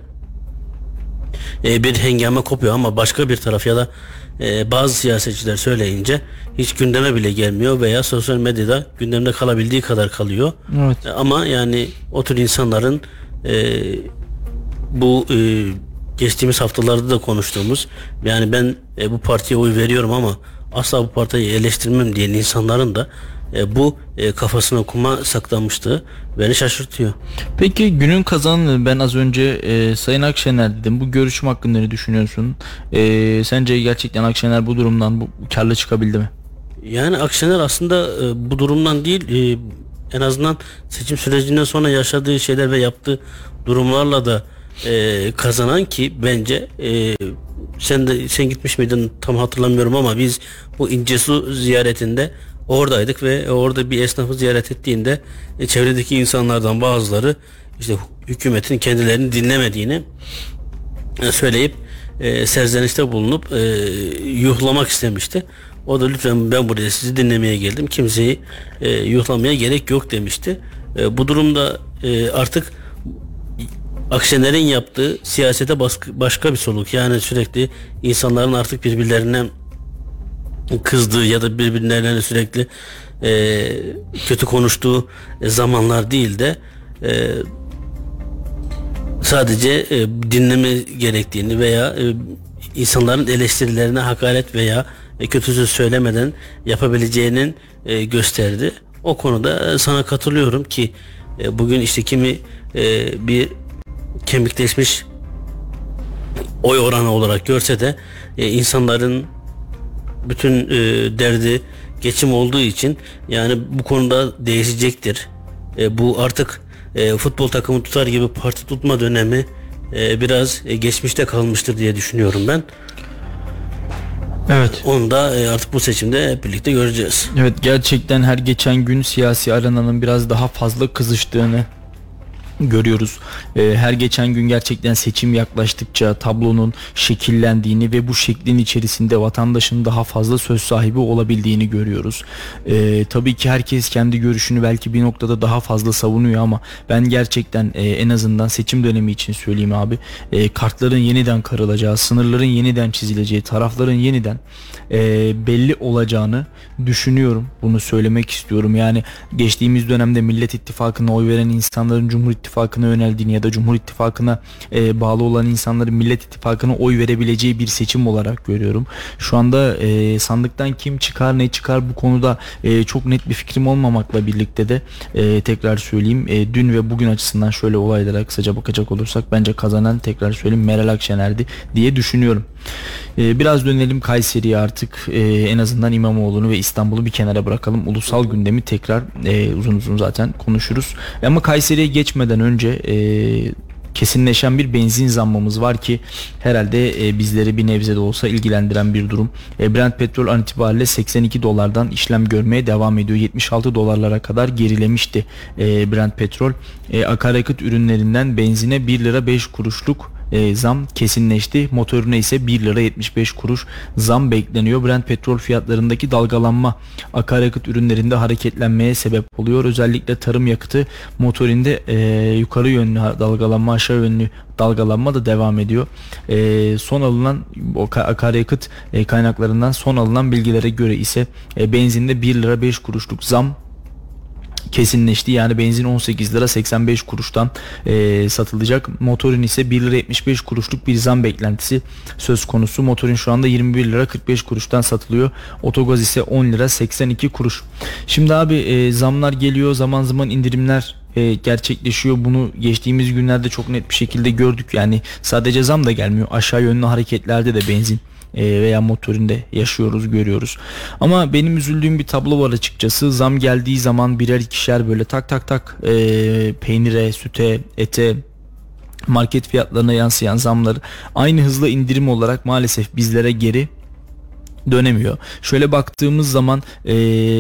Speaker 3: e, bir hengame kopuyor, ama başka bir taraf ya da e, bazı siyasetçiler söyleyince hiç gündeme bile gelmiyor veya sosyal medyada gündemde kalabildiği kadar kalıyor.
Speaker 2: Evet.
Speaker 3: E, ama yani o tür insanların e, bu e, geçtiğimiz haftalarda da konuştuğumuz, yani ben e, bu partiye oy veriyorum ama asla bu partiyi eleştirmem diyen insanların da e, bu e, kafasına kuma saklanmıştı. Beni şaşırtıyor.
Speaker 2: Peki günün kazananı, ben az önce e, Sayın Akşener dedim. Bu görüşüm hakkında ne düşünüyorsun? E, sence gerçekten Akşener bu durumdan bu, karlı çıkabildi mi?
Speaker 3: Yani Akşener aslında e, bu durumdan değil, e, en azından seçim sürecinden sonra yaşadığı şeyler ve yaptığı durumlarla da e, kazanan, ki bence e, sen de sen gitmiş miydin tam hatırlamıyorum ama biz bu İncesu ziyaretinde oradaydık ve orada bir esnafı ziyaret ettiğinde e, çevredeki insanlardan bazıları işte hükümetin kendilerini dinlemediğini e, söyleyip e, serzenişte bulunup e, yuhlamak istemişti. O da lütfen ben buraya sizi dinlemeye geldim, kimseyi e, yuhlamaya gerek yok demişti. E, bu durumda e, artık Akşener'in yaptığı siyasete baskı, başka bir soluk. Yani sürekli insanların artık birbirlerine kızdığı ya da birbirlerine sürekli e, kötü konuştuğu zamanlar değil de e, sadece e, dinleme gerektiğini veya e, insanların eleştirilerine hakaret veya e, kötü söz söylemeden yapabileceğinin e, gösterdi. O konuda sana katılıyorum ki e, bugün işte kimi e, bir kemikleşmiş oy oranı olarak görse de e, insanların bütün e, derdi geçim olduğu için yani bu konuda değişecektir. E, bu artık e, futbol takımı tutar gibi parti tutma dönemi e, biraz e, geçmişte kalmıştır diye düşünüyorum ben.
Speaker 2: Evet.
Speaker 3: Onu da e, artık bu seçimde hep birlikte göreceğiz.
Speaker 2: Evet, gerçekten her geçen gün siyasi arenanın biraz daha fazla kızıştığını görüyoruz. Ee, her geçen gün gerçekten seçim yaklaştıkça tablonun şekillendiğini ve bu şeklin içerisinde vatandaşın daha fazla söz sahibi olabildiğini görüyoruz. Ee, tabii ki herkes kendi görüşünü belki bir noktada daha fazla savunuyor ama ben gerçekten e, en azından seçim dönemi için söyleyeyim abi, e, kartların yeniden karılacağı, sınırların yeniden çizileceği, tarafların yeniden e, belli olacağını düşünüyorum. Bunu söylemek istiyorum. Yani geçtiğimiz dönemde Millet İttifakı'na oy veren insanların Cumhur İttifakı'na yöneldiğini ya da Cumhur İttifakı'na e, bağlı olan insanların Millet İttifakı'na oy verebileceği bir seçim olarak görüyorum. Şu anda e, sandıktan kim çıkar ne çıkar bu konuda e, çok net bir fikrim olmamakla birlikte de e, tekrar söyleyeyim, e, dün ve bugün açısından şöyle olaylara kısaca bakacak olursak bence kazanan, tekrar söyleyeyim, Meral Akşener'di diye düşünüyorum. E, biraz dönelim Kayseri'ye artık, e, en azından İmamoğlu'nu ve İstanbul'u bir kenara bırakalım. Ulusal gündemi tekrar e, uzun uzun zaten konuşuruz. Ama Kayseri'ye geçmeden önce e, kesinleşen bir benzin zammımız var ki herhalde e, bizleri bir nebze de olsa ilgilendiren bir durum. E, Brent petrol an itibariyle seksen iki dolardan işlem görmeye devam ediyor. yetmiş altı dolarlara kadar gerilemişti e, Brent petrol. E, akaryakıt ürünlerinden benzine bir lira beş kuruşluk E, zam kesinleşti. Motoruna ise bir lira yetmiş beş kuruş zam bekleniyor. Brent petrol fiyatlarındaki dalgalanma akaryakıt ürünlerinde hareketlenmeye sebep oluyor. Özellikle tarım yakıtı motorinde e, yukarı yönlü dalgalanma, aşağı yönlü dalgalanma da devam ediyor. E, son alınan o akaryakıt e, kaynaklarından son alınan bilgilere göre ise e, benzinde bir lira beş kuruşluk zam kesinleşti. Yani benzin on sekiz lira seksen beş kuruştan e, satılacak. Motorin ise bir lira yetmiş beş kuruşluk bir zam beklentisi söz konusu. Motorin şu anda yirmi bir lira kırk beş kuruştan satılıyor. Otogaz ise on lira seksen iki kuruş. Şimdi abi e, zamlar geliyor. Zaman zaman indirimler e, gerçekleşiyor. Bunu geçtiğimiz günlerde çok net bir şekilde gördük. Yani sadece zam da gelmiyor. Aşağı yönlü hareketlerde de benzin veya motorinde yaşıyoruz, görüyoruz. Ama benim üzüldüğüm bir tablo var açıkçası. Zam geldiği zaman birer ikişer böyle tak tak tak e, peynire, süte, ete, market fiyatlarına yansıyan zamlar aynı hızla indirim olarak maalesef bizlere geri dönemiyor. Şöyle baktığımız zaman e,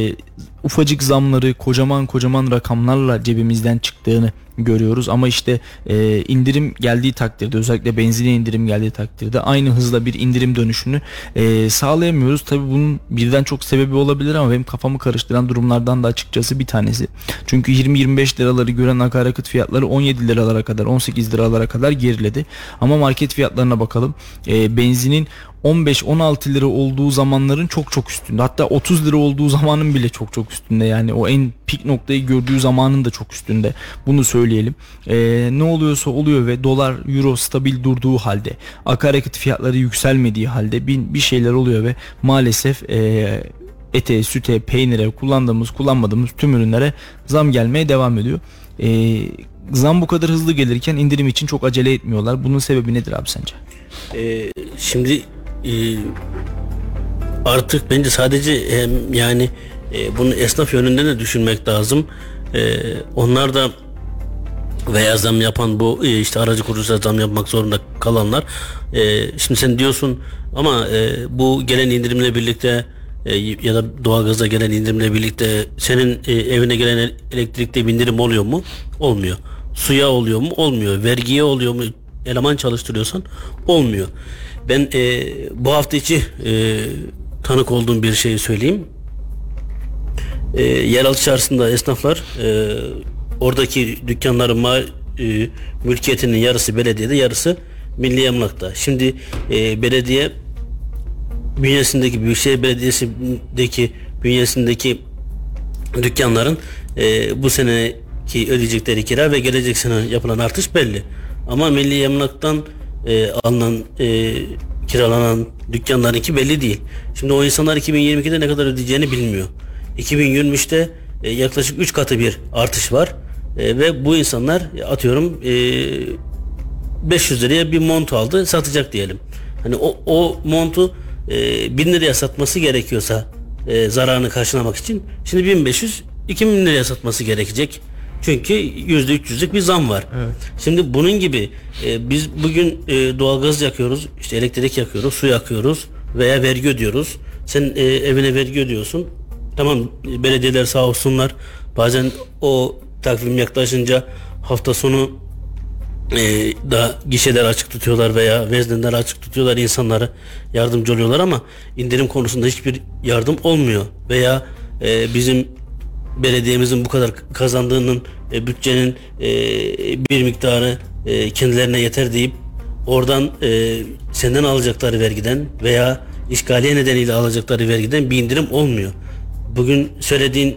Speaker 2: ufacık zamları kocaman kocaman rakamlarla cebimizden çıktığını görüyoruz ama işte e, indirim geldiği takdirde, özellikle benzine indirim geldiği takdirde aynı hızla bir indirim dönüşünü e, sağlayamıyoruz. Tabii bunun birden çok sebebi olabilir ama benim kafamı karıştıran durumlardan da açıkçası bir tanesi. Çünkü yirmi yirmi beş liraları gören akaryakıt fiyatları on yedi liralara kadar, on sekiz liralara kadar geriledi. Ama market fiyatlarına bakalım. E, benzinin on beş on altı lira olduğu zamanların çok çok üstünde. Hatta otuz lira olduğu zamanın bile çok çok üstünde. Yani o en pik noktayı gördüğü zamanın da çok üstünde. Bunu söyleyelim. Ee, ne oluyorsa oluyor ve dolar, euro stabil durduğu halde, akaryakıt fiyatları yükselmediği halde bir, bir şeyler oluyor ve maalesef e, ete, süte, peynire, kullandığımız, kullanmadığımız tüm ürünlere zam gelmeye devam ediyor. E, zam bu kadar hızlı gelirken indirim için çok acele etmiyorlar. Bunun sebebi nedir abi sence?
Speaker 3: Ee, şimdi e, artık bence sadece hem yani e, bunu esnaf yönünden de düşünmek lazım. E, onlar da veya zam yapan bu e, işte aracı kuruluşlara zam yapmak zorunda kalanlar. E, şimdi sen diyorsun ama e, bu gelen indirimle birlikte e, ya da doğalgaza gelen indirimle birlikte senin e, evine gelen elektrikte bir indirim oluyor mu? Olmuyor. Suya oluyor mu? Olmuyor. Vergiye oluyor mu? Eleman çalıştırıyorsan olmuyor. Ben e, bu hafta içi e, tanık olduğum bir şeyi söyleyeyim. E, yeraltı çarşısında esnaflar e, oradaki dükkanların ma, e, mülkiyetinin yarısı belediyede, yarısı Milli Emlak'ta. Şimdi e, belediye bünyesindeki, Büyükşehir Belediyesi'ndeki bünyesindeki dükkanların e, bu seneki ödeyecekleri kira ve gelecek sene yapılan artış belli. Ama Milli Emlak'tan e, alınan e, kiralanan dükkanlarınki belli değil. Şimdi o insanlar iki bin yirmi ikide ne kadar ödeyeceğini bilmiyor. iki bin yirmi üçte e, yaklaşık üç katı bir artış var. E, ve bu insanlar atıyorum e, beş yüz liraya bir mont aldı, satacak diyelim. Hani o, o montu e, bin liraya satması gerekiyorsa e, zararını karşılamak için şimdi bin beş yüz iki bin liraya satması gerekecek. Çünkü yüzde üç yüzlük bir zam var. Evet. Şimdi bunun gibi e, biz bugün e, doğalgaz yakıyoruz, işte elektrik yakıyoruz, su yakıyoruz veya vergi ödüyoruz. Sen e, evine vergi ödüyorsun. Tamam, belediyeler sağ olsunlar bazen o takvim yaklaşınca hafta sonu e, da gişeler açık tutuyorlar veya vezneler açık tutuyorlar, insanlara yardımcı oluyorlar ama indirim konusunda hiçbir yardım olmuyor veya e, bizim belediyemizin bu kadar kazandığının e, bütçenin e, bir miktarı e, kendilerine yeter deyip oradan e, senden alacakları vergiden veya işgaliye nedeniyle alacakları vergiden bir indirim olmuyor. Bugün söylediğin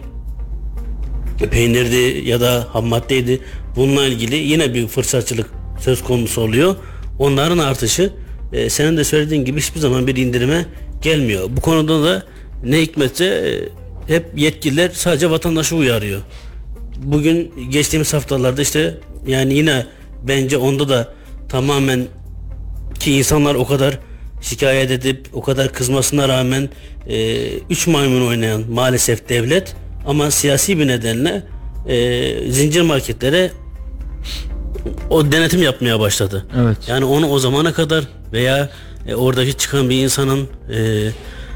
Speaker 3: peynirdi ya da ham maddeydi, bununla ilgili yine bir fırsatçılık söz konusu oluyor. Onların artışı e, senin de söylediğin gibi hiçbir zaman bir indirime gelmiyor. Bu konuda da ne hikmetse e, hep yetkililer sadece vatandaşı uyarıyor. Bugün geçtiğimiz haftalarda işte yani yine bence onda da tamamen ki insanlar o kadar şikayet edip o kadar kızmasına rağmen e, üç maymun oynayan maalesef devlet, ama siyasi bir nedenle e, zincir marketlere o denetim yapmaya başladı.
Speaker 2: Evet.
Speaker 3: Yani onu o zamana kadar veya e, oradaki çıkan bir insanın e,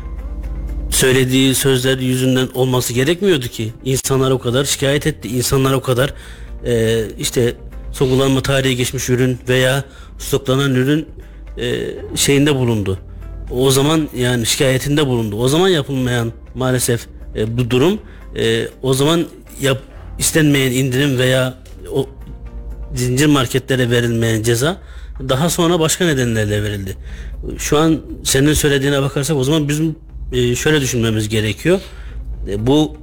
Speaker 3: söylediği sözler yüzünden olması gerekmiyordu ki. İnsanlar o kadar şikayet etti. İnsanlar o kadar e, işte sokulanma tarihi geçmiş ürün veya stoklanan ürün e, şeyinde bulundu. O zaman yani şikayetinde bulundu. O zaman yapılmayan maalesef e, bu durum e, o zaman yap, istenmeyen indirim veya o zincir marketlere verilmeyen ceza daha sonra başka nedenlerle verildi. Şu an senin söylediğine bakarsak o zaman bizim e, şöyle düşünmemiz gerekiyor. E, bu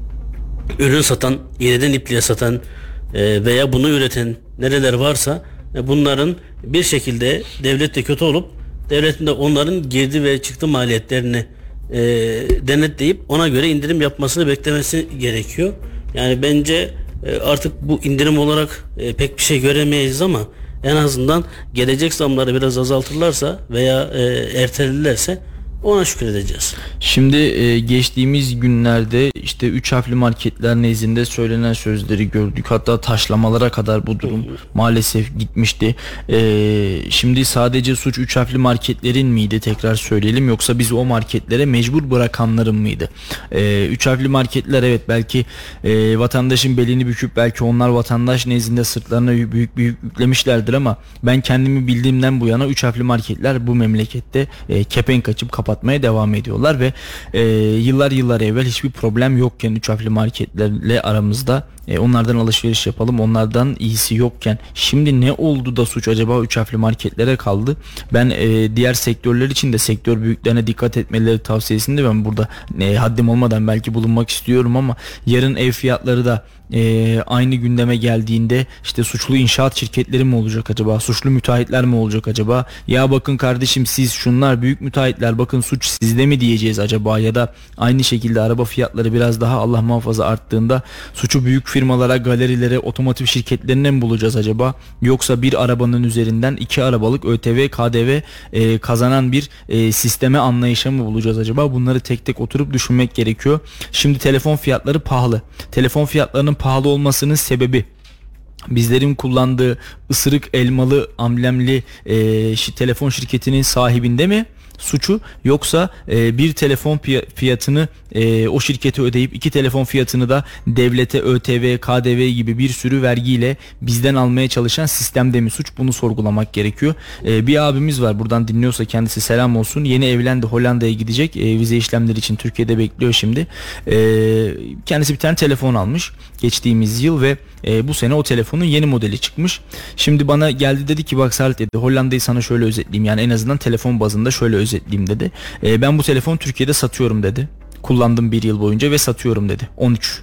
Speaker 3: ürün satan, iğneden ipliğe satan e, veya bunu üreten nereler varsa e, bunların bir şekilde devlette kötü olup devletin de onların girdi ve çıktı maliyetlerini e, denetleyip ona göre indirim yapmasını beklemesi gerekiyor. Yani bence e, artık bu indirim olarak e, pek bir şey göremeyiz ama en azından gelecek zamları biraz azaltırlarsa veya e, ertelirlerse ona şükredeceğiz.
Speaker 2: Şimdi e, geçtiğimiz günlerde işte üç harfli marketler nezdinde söylenen sözleri gördük. Hatta taşlamalara kadar bu durum maalesef gitmişti. E, şimdi sadece suç üç harfli marketlerin miydi, tekrar söyleyelim, yoksa bizi o marketlere mecbur bırakanların mıydı? E, üç harfli marketler evet belki e, vatandaşın belini büküp belki onlar vatandaş nezdinde sırtlarına büyük büyük yüklemişlerdir ama ben kendimi bildiğimden bu yana üç harfli marketler bu memlekette e, kepenk açıp kapatmaya devam ediyorlar ve e, yıllar yıllar evvel hiçbir problem yokken üç harfli marketlerle aramızda e, onlardan alışveriş yapalım, onlardan iyisi yokken şimdi ne oldu da suç acaba üç harfli marketlere kaldı? Ben e, diğer sektörler için de sektör büyüklerine dikkat etmeleri tavsiyesinde ben burada e, haddim olmadan belki bulunmak istiyorum ama yarın ev fiyatları da e, aynı gündeme geldiğinde işte suçlu inşaat şirketleri mi olacak acaba, suçlu müteahhitler mi olacak acaba, ya bakın kardeşim siz şunlar büyük müteahhitler bakın suç sizde mi diyeceğiz acaba, ya da aynı şekilde araba fiyatları biraz daha Allah muhafaza arttığında suçu büyük firmalara, galerilere, otomotiv şirketlerine mi bulacağız acaba, yoksa bir arabanın üzerinden iki arabalık ÖTV, K D V e, kazanan bir e, sisteme, anlayışa mı bulacağız acaba? Bunları tek tek oturup düşünmek gerekiyor. Şimdi telefon fiyatları pahalı. Telefon fiyatlarının pahalı olmasının sebebi bizlerin kullandığı ısırık elmalı amblemli e, şi, telefon şirketinin sahibinde mi suçu, yoksa e, bir telefon fiyatını e, o şirkete ödeyip iki telefon fiyatını da devlete ÖTV, K D V gibi bir sürü vergiyle bizden almaya çalışan sistemde mi suç? Bunu sorgulamak gerekiyor. E, bir abimiz var, buradan dinliyorsa kendisi selam olsun. Yeni evlendi, Hollanda'ya gidecek. E, vize işlemleri için Türkiye'de bekliyor şimdi. E, kendisi bir tane telefon almış geçtiğimiz yıl ve e, bu sene o telefonun yeni modeli çıkmış. Şimdi bana geldi, dedi ki bak Salih dedi, Hollanda'yı sana şöyle özetleyeyim, yani en azından telefon bazında şöyle özetleyeyim dedi. E, ben bu telefonu Türkiye'de satıyorum dedi. Kullandım bir yıl boyunca ve satıyorum dedi. on üç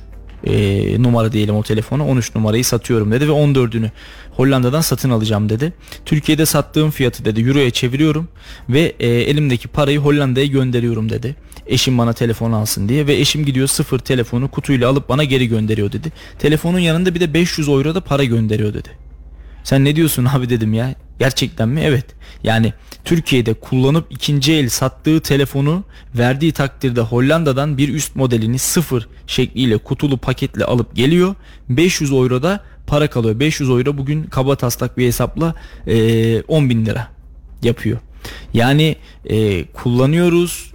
Speaker 2: e, numara diyelim o telefonu, on üç numarayı satıyorum dedi ve on dördünü Hollanda'dan satın alacağım dedi. Türkiye'de sattığım fiyatı dedi Euro'ya çeviriyorum ve e, elimdeki parayı Hollanda'ya gönderiyorum dedi. Eşim bana telefon alsın diye ve eşim gidiyor sıfır telefonu kutuyla alıp bana geri gönderiyor dedi. Telefonun yanında bir de beş yüz euro da para gönderiyor dedi. Sen ne diyorsun abi dedim ya. Gerçekten mi? Evet. Yani Türkiye'de kullanıp ikinci el sattığı telefonu verdiği takdirde Hollanda'dan bir üst modelini sıfır şekliyle kutulu paketle alıp geliyor. beş yüz euro da para kalıyor. beş yüz euro bugün kaba taslak bir hesapla e, on bin lira yapıyor. Yani e, kullanıyoruz,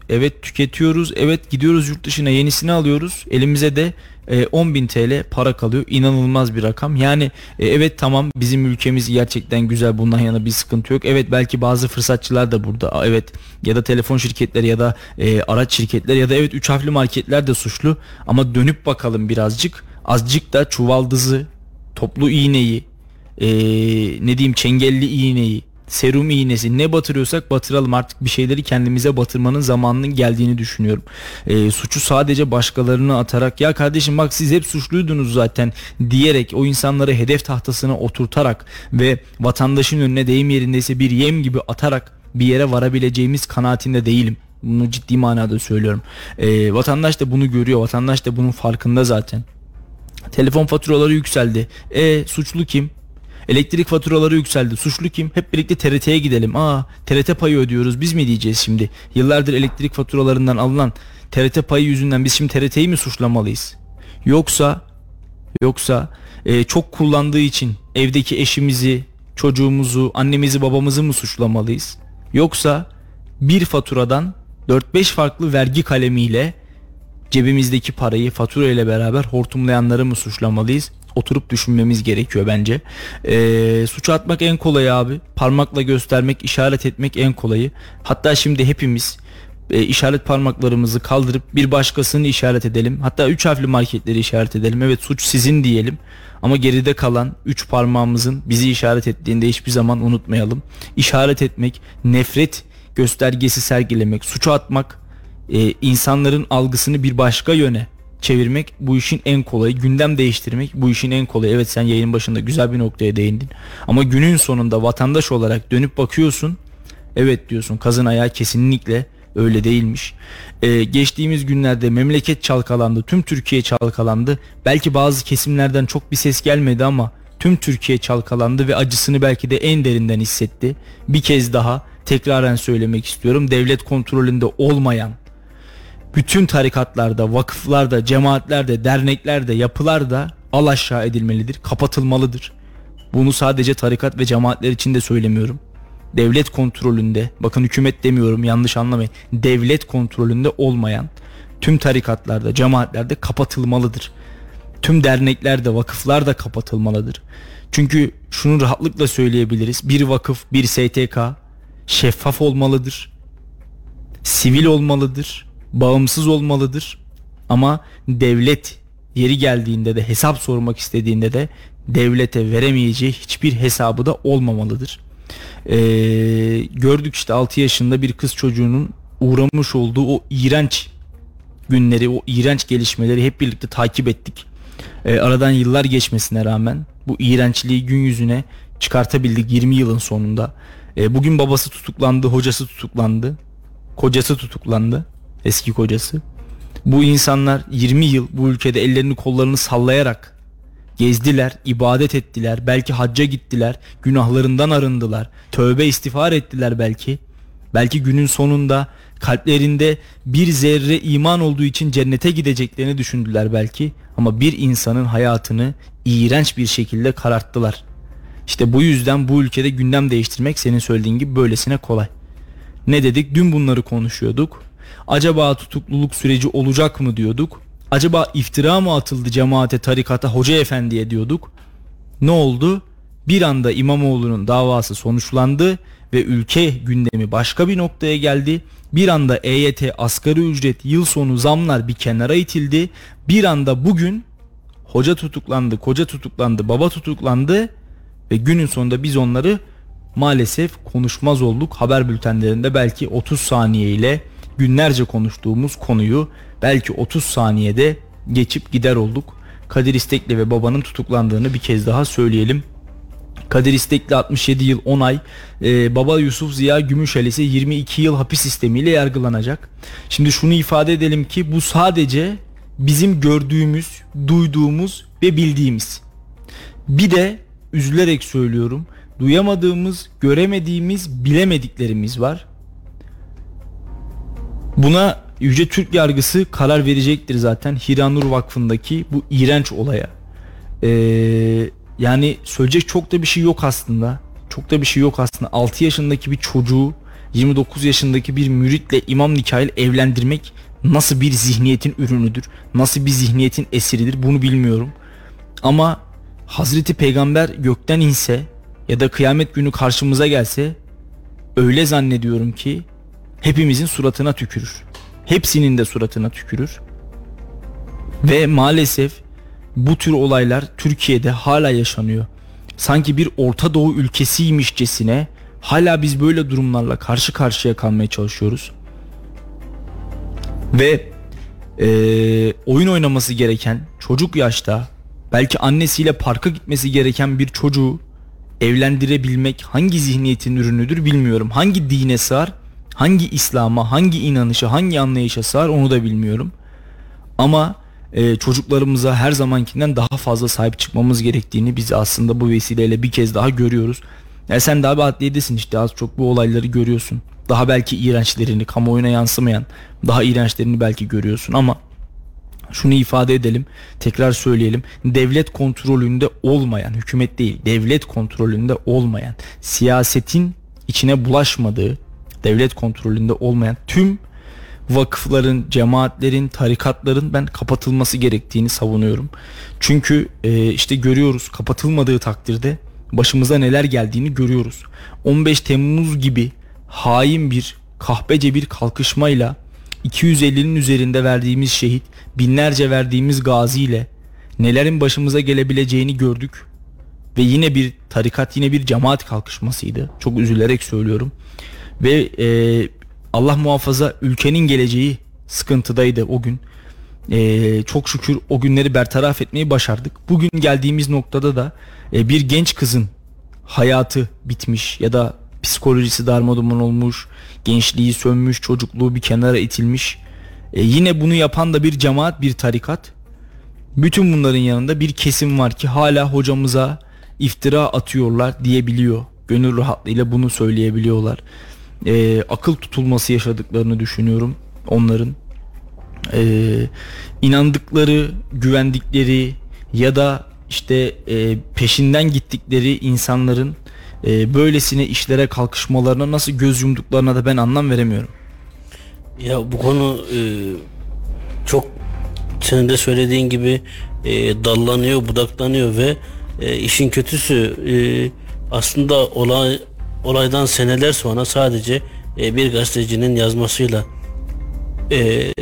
Speaker 2: evet tüketiyoruz, evet gidiyoruz yurt dışına yenisini alıyoruz, elimize de e, on bin T L para kalıyor. İnanılmaz bir rakam. Yani e, evet tamam, bizim ülkemiz gerçekten güzel, bundan yana bir sıkıntı yok. Evet belki bazı fırsatçılar da burada, evet, ya da telefon şirketleri ya da e, araç şirketleri ya da evet üç harfli marketler de suçlu, ama dönüp bakalım birazcık, azıcık da çuvaldızı, toplu iğneyi, e, ne diyeyim çengelli iğneyi, serum iğnesi, ne batırıyorsak batıralım, artık bir şeyleri kendimize batırmanın zamanının geldiğini düşünüyorum. E, suçu sadece başkalarına atarak, ya kardeşim bak siz hep suçluydunuz zaten diyerek, o insanları hedef tahtasına oturtarak ve vatandaşın önüne deyim yerindeyse bir yem gibi atarak bir yere varabileceğimiz kanaatinde değilim. Bunu ciddi manada söylüyorum. E, vatandaş da bunu görüyor, vatandaş da bunun farkında zaten. Telefon faturaları yükseldi. E suçlu kim? Elektrik faturaları yükseldi. Suçlu kim? Hep birlikte T R T'ye gidelim. Aa, T R T payı ödüyoruz. Biz mi diyeceğiz şimdi? Yıllardır elektrik faturalarından alınan T R T payı yüzünden biz şimdi T R T'yi mi suçlamalıyız? Yoksa yoksa e, çok kullandığı için evdeki eşimizi, çocuğumuzu, annemizi, babamızı mı suçlamalıyız? Yoksa bir faturadan dört beş farklı vergi kalemiyle cebimizdeki parayı fatura ile beraber hortumlayanları mı suçlamalıyız? Oturup düşünmemiz gerekiyor bence. Ee, suçu atmak en kolayı abi. Parmakla göstermek, işaret etmek en kolayı. Hatta şimdi hepimiz e, işaret parmaklarımızı kaldırıp bir başkasını işaret edelim. Hatta üç harfli marketleri işaret edelim. Evet suç sizin diyelim. Ama geride kalan üç parmağımızın bizi işaret ettiğinde hiçbir zaman unutmayalım. İşaret etmek, nefret göstergesi sergilemek, suçu atmak, e, insanların algısını bir başka yöne çevirmek bu işin en kolayı. Gündem değiştirmek bu işin en kolayı. Evet sen yayın başında güzel bir noktaya değindin. Ama günün sonunda vatandaş olarak dönüp bakıyorsun. Evet diyorsun, kazın ayağı kesinlikle öyle değilmiş. Ee, geçtiğimiz günlerde memleket çalkalandı. Tüm Türkiye çalkalandı. Belki bazı kesimlerden çok bir ses gelmedi ama tüm Türkiye çalkalandı ve acısını belki de en derinden hissetti. Bir kez daha tekraren söylemek istiyorum. Devlet kontrolünde olmayan bütün tarikatlarda, vakıflarda, cemaatlerde, derneklerde, yapılarda alaşağı edilmelidir, kapatılmalıdır. Bunu sadece tarikat ve cemaatler için de söylemiyorum. Devlet kontrolünde, bakın hükümet demiyorum, yanlış anlamayın. Devlet kontrolünde olmayan tüm tarikatlarda, cemaatlerde kapatılmalıdır. Tüm derneklerde, vakıflar da kapatılmalıdır. Çünkü şunu rahatlıkla söyleyebiliriz. Bir vakıf, bir S T K şeffaf olmalıdır. Sivil olmalıdır. Bağımsız olmalıdır. Ama devlet yeri geldiğinde de, hesap sormak istediğinde de devlete veremeyeceği hiçbir hesabı da olmamalıdır. Ee, gördük işte altı yaşında bir kız çocuğunun uğramış olduğu o iğrenç günleri, o iğrenç gelişmeleri hep birlikte takip ettik. Ee, aradan yıllar geçmesine rağmen bu iğrençliği gün yüzüne çıkartabildik yirmi yılın sonunda. Ee, bugün babası tutuklandı, hocası tutuklandı, kocası tutuklandı, eski kocası. Bu insanlar yirmi yıl bu ülkede ellerini kollarını sallayarak gezdiler, ibadet ettiler, belki hacca gittiler, günahlarından arındılar, tövbe istiğfar ettiler belki. Belki günün sonunda kalplerinde bir zerre iman olduğu için cennete gideceklerini düşündüler belki. Ama bir insanın hayatını iğrenç bir şekilde kararttılar. İşte bu yüzden bu ülkede gündem değiştirmek senin söylediğin gibi böylesine kolay. Ne dedik? Dün bunları konuşuyorduk. Acaba tutukluluk süreci olacak mı diyorduk. Acaba iftira mı atıldı cemaate, tarikata, hoca efendiye diyorduk. Ne oldu? Bir anda İmamoğlu'nun davası sonuçlandı ve ülke gündemi başka bir noktaya geldi. Bir anda E Y T, asgari ücret, yıl sonu zamlar bir kenara itildi. Bir anda bugün hoca tutuklandı, koca tutuklandı, baba tutuklandı ve günün sonunda biz onları maalesef konuşmaz olduk. Haber bültenlerinde belki otuz saniye ile günlerce konuştuğumuz konuyu belki otuz saniyede geçip gider olduk. Kadir İstekli ve babanın tutuklandığını bir kez daha söyleyelim. Kadir İstekli altmış yedi yıl on ay, ee, baba Yusuf Ziya Gümüşel ise yirmi iki yıl hapis sistemiyle yargılanacak. Şimdi şunu ifade edelim ki bu sadece bizim gördüğümüz, duyduğumuz ve bildiğimiz. Bir de üzülerek söylüyorum, duyamadığımız, göremediğimiz, bilemediklerimiz var. Buna Yüce Türk Yargısı karar verecektir zaten, Hiranur Vakfı'ndaki bu iğrenç olaya. Eee Yani söyleyecek çok da bir şey yok aslında. Çok da bir şey yok aslında. altı yaşındaki bir çocuğu yirmi dokuz yaşındaki bir müritle imam nikahıyla evlendirmek nasıl bir zihniyetin ürünüdür? Nasıl bir zihniyetin esiridir? Bunu bilmiyorum. Ama Hazreti Peygamber gökten inse ya da kıyamet günü karşımıza gelse öyle zannediyorum ki hepimizin suratına tükürür. Hepsinin de suratına tükürür. Ve maalesef bu tür olaylar Türkiye'de hala yaşanıyor. Sanki bir Orta Doğu ülkesiymişçesine hala biz böyle durumlarla karşı karşıya kalmaya çalışıyoruz. Ve e, oyun oynaması gereken çocuk yaşta belki annesiyle parka gitmesi gereken bir çocuğu evlendirebilmek hangi zihniyetin ürünüdür bilmiyorum. Hangi dine sığar, hangi İslam'a, hangi inanışa, hangi anlayışa sığar onu da bilmiyorum. Ama e, çocuklarımıza her zamankinden daha fazla sahip çıkmamız gerektiğini biz aslında bu vesileyle bir kez daha görüyoruz. Yani sen de abi adliyedesin, işte az çok bu olayları görüyorsun. Daha belki iğrençlerini, kamuoyuna yansımayan daha iğrençlerini belki görüyorsun ama şunu ifade edelim, tekrar söyleyelim. Devlet kontrolünde olmayan, hükümet değil, devlet kontrolünde olmayan, siyasetin içine bulaşmadığı, devlet kontrolünde olmayan tüm vakıfların, cemaatlerin, tarikatların ben kapatılması gerektiğini savunuyorum. Çünkü e, işte görüyoruz, kapatılmadığı takdirde başımıza neler geldiğini görüyoruz. on beş Temmuz gibi hain bir, kahpece bir kalkışmayla iki yüz ellinin üzerinde verdiğimiz şehit, binlerce verdiğimiz gazi ile nelerin başımıza gelebileceğini gördük. Ve yine bir tarikat, yine bir cemaat kalkışmasıydı. Çok üzülerek söylüyorum. Ve e, Allah muhafaza ülkenin geleceği sıkıntıdaydı o gün. E, çok şükür o günleri bertaraf etmeyi başardık. Bugün geldiğimiz noktada da e, bir genç kızın hayatı bitmiş ya da psikolojisi darmadağın olmuş, gençliği sönmüş, çocukluğu bir kenara itilmiş. E, yine bunu yapan da bir cemaat, bir tarikat. Bütün bunların yanında bir kesim var ki hala hocamıza iftira atıyorlar diyebiliyor. Gönül rahatlığıyla bunu söyleyebiliyorlar. E, akıl tutulması yaşadıklarını düşünüyorum onların. E, inandıkları, güvendikleri ya da işte e, peşinden gittikleri insanların e, böylesine işlere kalkışmalarına nasıl göz yumduklarına da ben anlam veremiyorum.
Speaker 3: Ya bu konu e, çok senin de söylediğin gibi e, dallanıyor, budaklanıyor ve e, işin kötüsü e, aslında olay olaydan seneler sonra sadece e, bir gazetecinin yazmasıyla e,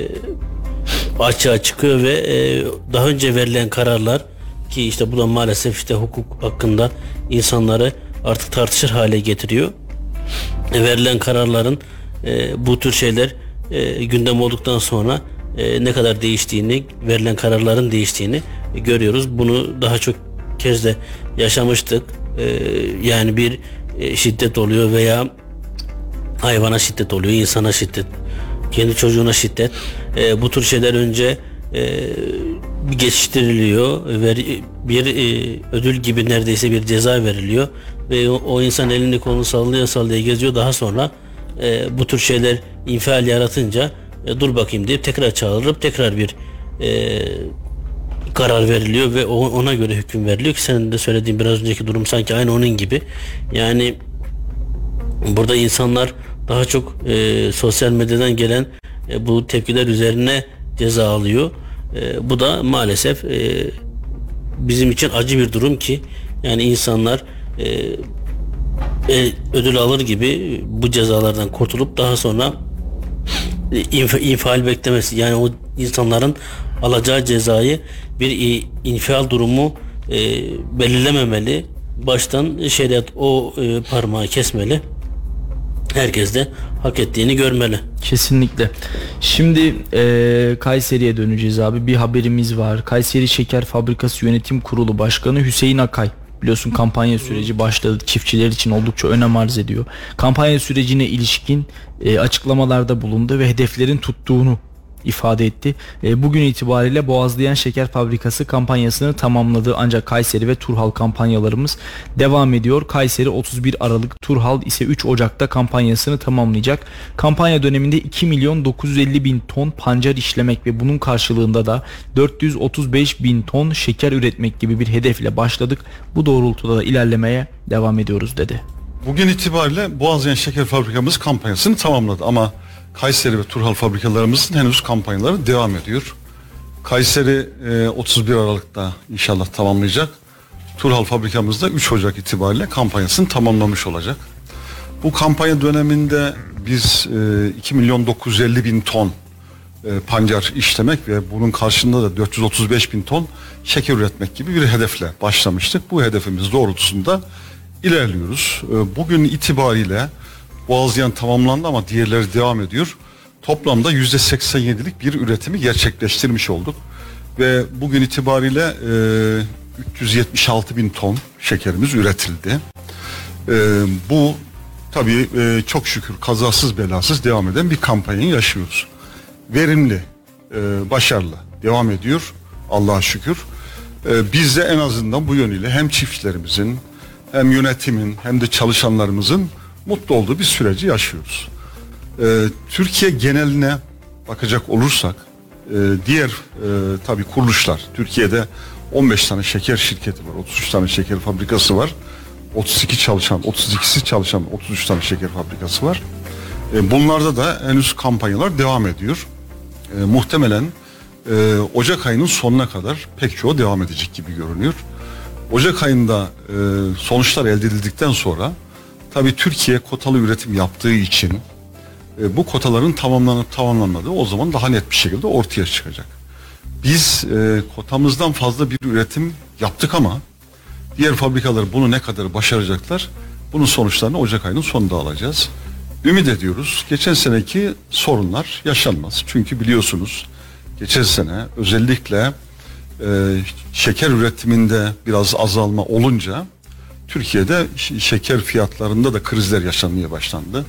Speaker 3: açığa çıkıyor ve e, daha önce verilen kararlar ki işte bu da maalesef işte hukuk hakkında insanları artık tartışır hale getiriyor. E, verilen kararların e, bu tür şeyler e, gündem olduktan sonra e, ne kadar değiştiğini, verilen kararların değiştiğini e, görüyoruz. Bunu daha çok kez de yaşamıştık. E, yani bir e, şiddet oluyor veya hayvana şiddet oluyor, insana şiddet, kendi çocuğuna şiddet. E, bu tür şeyler önce e, geçiştiriliyor ve bir e, ödül gibi neredeyse bir ceza veriliyor ve o, o insan elini kolunu sallaya sallaya geziyor. Daha sonra e, bu tür şeyler infial yaratınca e, dur bakayım deyip tekrar çağrılıp tekrar bir e, karar veriliyor ve ona göre hüküm veriliyor ki senin de söylediğin biraz önceki durum sanki aynı onun gibi. Yani burada insanlar daha çok e, sosyal medyadan gelen e, bu tepkiler üzerine ceza alıyor. E, bu da maalesef e, bizim için acı bir durum ki yani insanlar e, e, ödül alır gibi bu cezalardan kurtulup daha sonra e, inf- infial beklemesi, yani o insanların alacağı cezayı bir infial durumu e, belirlememeli. Baştan şeriat o e, parmağı kesmeli. Herkes de hak ettiğini görmeli.
Speaker 2: Kesinlikle. Şimdi e, Kayseri'ye döneceğiz abi. Bir haberimiz var. Kayseri Şeker Fabrikası Yönetim Kurulu Başkanı Hüseyin Akay. Biliyorsun kampanya süreci başladı. Çiftçiler için oldukça önem arz ediyor. Kampanya sürecine ilişkin e, açıklamalarda bulundu ve hedeflerin tuttuğunu ifade etti. E, bugün itibariyle Boğazlayan Şeker Fabrikası kampanyasını tamamladı. Ancak Kayseri ve Turhal kampanyalarımız devam ediyor. Kayseri otuz bir Aralık, Turhal ise üç Ocak'ta kampanyasını tamamlayacak. Kampanya döneminde iki milyon dokuz yüz elli bin ton pancar işlemek ve bunun karşılığında da dört yüz otuz beş bin ton şeker üretmek gibi bir hedefle başladık. Bu doğrultuda da ilerlemeye devam ediyoruz dedi.
Speaker 4: Bugün itibariyle Boğaziyen Şeker Fabrikamız kampanyasını tamamladı ama Kayseri ve Turhal fabrikalarımızın henüz kampanyaları devam ediyor. Kayseri e, otuz bir Aralık'ta inşallah tamamlayacak. Turhal fabrikamızda üç Ocak itibariyle kampanyasını tamamlamış olacak. Bu kampanya döneminde biz e, iki milyon dokuz yüz elli bin ton e, pancar işlemek ve bunun karşılığında da dört yüz otuz beş bin ton şeker üretmek gibi bir hedefle başlamıştık. Bu hedefimiz doğrultusunda ilerliyoruz. E, bugün itibariyle Boğaziyen tamamlandı ama diğerleri devam ediyor. Toplamda yüzde seksen yedilik bir üretimi gerçekleştirmiş olduk. Ve bugün itibariyle e, üç yüz yetmiş altı bin ton şekerimiz üretildi. E, bu tabii e, çok şükür kazasız belasız devam eden bir kampanyayı yaşıyoruz. Verimli, e, başarılı devam ediyor Allah'a şükür. E, biz de en azından bu yönüyle hem çiftçilerimizin hem yönetimin hem de çalışanlarımızın mutlu olduğu bir süreci yaşıyoruz. Ee, Türkiye geneline bakacak olursak e, diğer e, tabii kuruluşlar, Türkiye'de on beş tane şeker şirketi var, otuz üç tane şeker fabrikası var, otuz iki çalışan, otuz ikisi çalışan otuz üç tane şeker fabrikası var. E, bunlarda da henüz kampanyalar devam ediyor. E, muhtemelen e, Ocak ayının sonuna kadar pek çoğu devam edecek gibi görünüyor. Ocak ayında e, sonuçlar elde edildikten sonra tabii Türkiye kotalı üretim yaptığı için e, bu kotaların tamamlanıp tamamlanmadığı o zaman daha net bir şekilde ortaya çıkacak. Biz e, kotamızdan fazla bir üretim yaptık ama diğer fabrikalar bunu ne kadar başaracaklar, bunun sonuçlarını Ocak ayının sonunda alacağız. Ümit ediyoruz geçen seneki sorunlar yaşanmaz. Çünkü biliyorsunuz geçen sene özellikle e, şeker üretiminde biraz azalma olunca Türkiye'de şeker fiyatlarında da krizler yaşanmaya başlandı.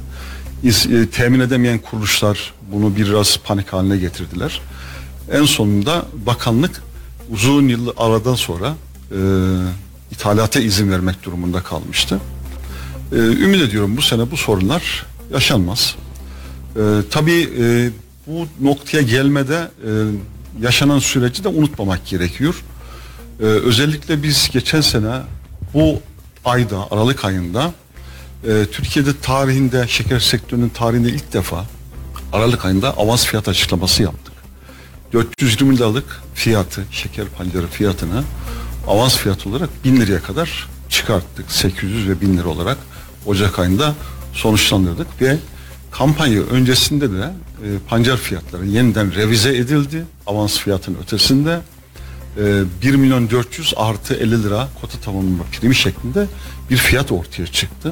Speaker 4: Temin edemeyen kuruluşlar bunu biraz panik haline getirdiler. En sonunda bakanlık uzun yıl aradan sonra e, ithalata izin vermek durumunda kalmıştı. E, ümit ediyorum bu sene bu sorunlar yaşanmaz. E, tabii e, bu noktaya gelmede e, yaşanan süreci de unutmamak gerekiyor. E, özellikle biz geçen sene bu ayda, Aralık ayında e, Türkiye'de tarihinde, şeker sektörünün tarihinde ilk defa Aralık ayında avans fiyat açıklaması yaptık. dört yüz yirmi liralık fiyatı, şeker pancarı fiyatını avans fiyat olarak bin liraya kadar çıkarttık. sekiz yüz ve bin lira olarak Ocak ayında sonuçlandırdık ve kampanya öncesinde de e, pancar fiyatları yeniden revize edildi. Avans fiyatının ötesinde e, bir milyon dört yüz artı elli lira kota tamamlama primi şeklinde bir fiyat ortaya çıktı.